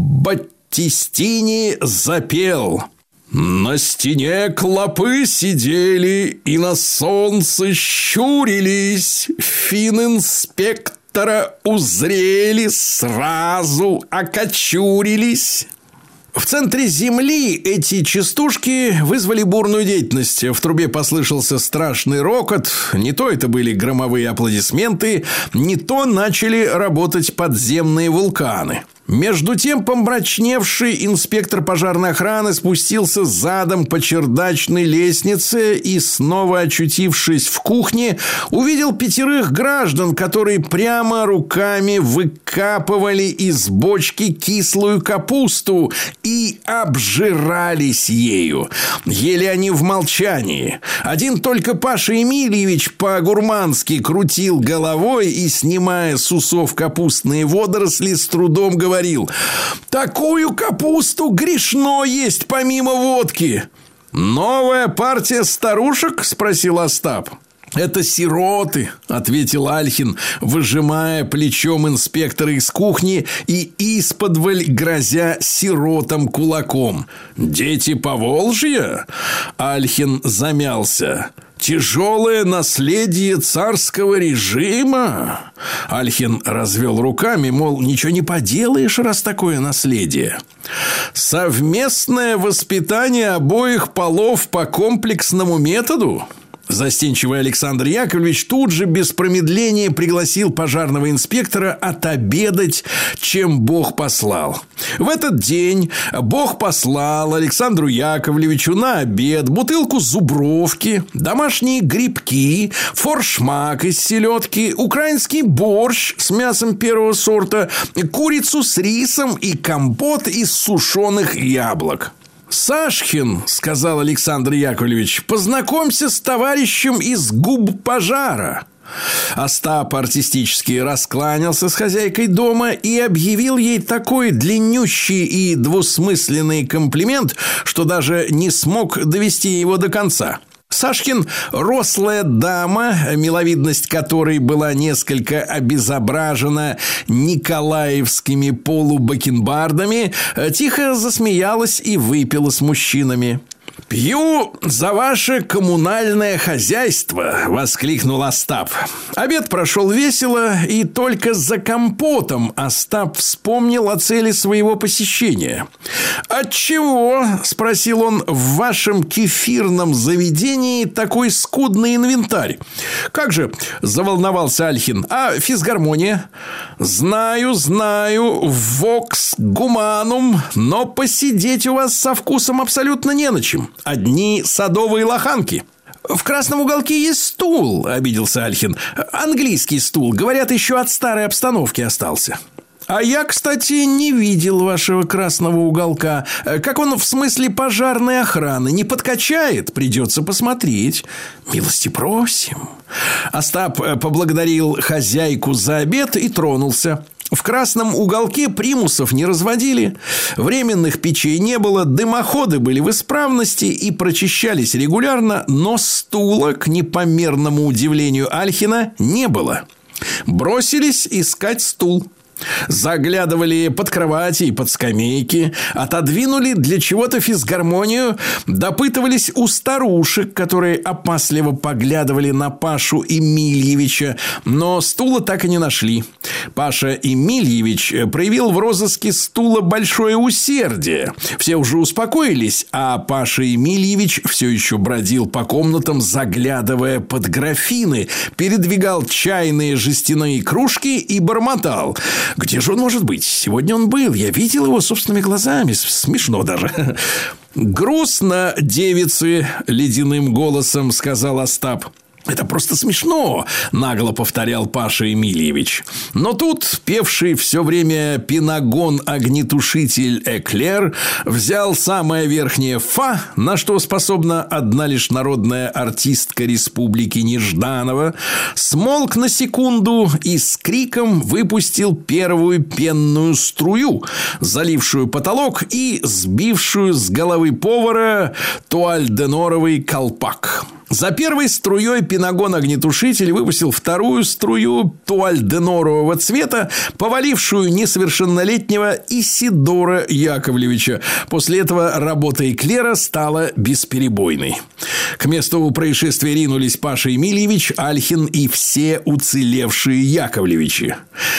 Батистини запел: «На стене клопы сидели и на солнце щурились, фининспектора узрели, сразу окочурились». В центре земли эти частушки вызвали бурную деятельность. В трубе послышался страшный рокот. Не то это были громовые аплодисменты, не то начали работать подземные вулканы. Между тем помрачневший инспектор пожарной охраны спустился задом по чердачной лестнице и, снова очутившись в кухне, увидел пятерых граждан, которые прямо руками выкапывали из бочки кислую капусту и обжирались ею. Ели они в молчании. Один только Паша Емельевич по-гурмански крутил головой и, снимая с усов капустные водоросли, с трудом говорил: «Такую капусту грешно есть помимо водки». «Новая партия старушек?» – спросил Остап. «Это сироты», – ответил Альхин, выжимая плечом инспектора из кухни и исподволь грозя сиротам кулаком. «Дети Поволжья?» Альхин замялся. «Тяжелое наследие царского режима?» Альхин развел руками, мол, ничего не поделаешь, раз такое наследие. «Совместное воспитание обоих полов по комплексному методу?» Застенчивый Александр Яковлевич тут же без промедления пригласил пожарного инспектора отобедать, чем Бог послал. В этот день Бог послал Александру Яковлевичу на обед бутылку зубровки, домашние грибки, форшмак из селедки, украинский борщ с мясом первого сорта, курицу с рисом и компот из сушеных яблок. «Сашкин, — сказал Александр Яковлевич, — познакомься с товарищем из губ пожара». Остап артистически раскланялся с хозяйкой дома и объявил ей такой длиннющий и двусмысленный комплимент, что даже не смог довести его до конца. Сашкин – рослая дама, миловидность которой была несколько обезображена николаевскими полубакенбардами, тихо засмеялась и выпила с мужчинами. «Пью за ваше коммунальное хозяйство!» – воскликнул Остап. Обед прошел весело, и только за компотом Остап вспомнил о цели своего посещения. «Отчего, – спросил он, – в вашем кефирном заведении такой скудный инвентарь?» «Как же?» – заволновался Альхин. «А физгармония?» «Знаю, знаю, вокс гуманум, но посидеть у вас со вкусом абсолютно не на чем. Одни садовые лоханки». «В красном уголке есть стул», – обиделся Альхин. «Английский стул. Говорят, еще от старой обстановки остался». «А я, кстати, не видел вашего красного уголка. Как он в смысле пожарной охраны? Не подкачает? Придется посмотреть. Милости просим». Остап поблагодарил хозяйку за обед и тронулся. В красном уголке примусов не разводили, временных печей не было, дымоходы были в исправности и прочищались регулярно, но стула, к непомерному удивлению Альхина, не было. Бросились искать стул. Заглядывали под кровати и под скамейки, отодвинули для чего-то физгармонию, допытывались у старушек, которые опасливо поглядывали на Пашу Емельевича, но стула так и не нашли. Паша Емельевич проявил в розыске стула большое усердие. Все уже успокоились, а Паша Емельевич все еще бродил по комнатам, заглядывая под графины, передвигал чайные жестяные кружки и бормотал: «Где же он может быть? Сегодня он был. Я видел его собственными глазами. Смешно даже». «Грустно, девицы», – ледяным голосом сказал Остап. «Это просто смешно», – нагло повторял Паша Емельевич. Но тут певший все время пенагон-огнетушитель Эклер взял самое верхнее «фа», на что способна одна лишь народная артистка республики Нежданова, смолк на секунду и с криком выпустил первую пенную струю, залившую потолок и сбившую с головы повара туаль-де-норовый колпак. За первой струей пенагон-огнетушитель выпустил вторую струю туаль-де-норового цвета, повалившую несовершеннолетнего Исидора Яковлевича. После этого работа Эклера стала бесперебойной. К месту происшествия ринулись Паша Емельевич, Альхин и все уцелевшие Яковлевичи.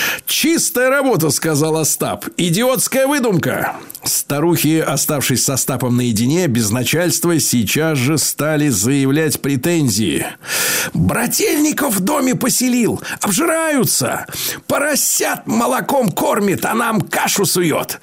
«Чистая работа», — сказал Остап. «Идиотская выдумка». Старухи, оставшись с Остапом наедине, без начальства, сейчас же стали заявлять претензии. «Брательников в доме поселил, обжираются, поросят молоком кормит, а нам кашу сует,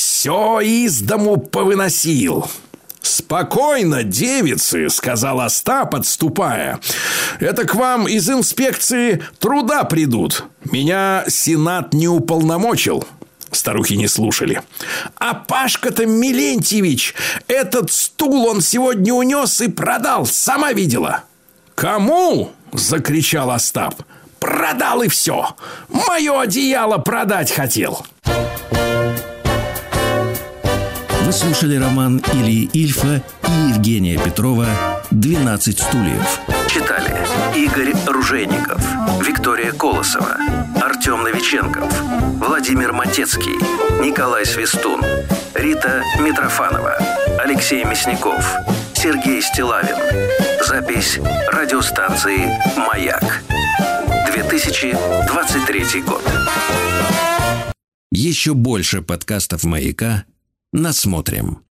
все из дому повыносил». «Спокойно, девицы», — сказал Остап, отступая. «Это к вам из инспекции труда придут. Меня Сенат не уполномочил». Старухи не слушали. «А Пашка-то Милентьевич, этот стул он сегодня унес и продал, сама видела». «Кому?» – закричал Остап. «Продал и все. Мое одеяло продать хотел». Вы слушали роман Ильи Ильфа и Евгения Петрова «двенадцать стульев». Читали Игорь Ружейников, Виктория Колосова, Артем Новиченков, Владимир Матецкий, Николай Свистун, Рита Митрофанова, Алексей Мясников, Сергей Стилавин. Запись радиостанции «Маяк». две тысячи двадцать третий год. Еще больше подкастов «Маяка» насмотрим.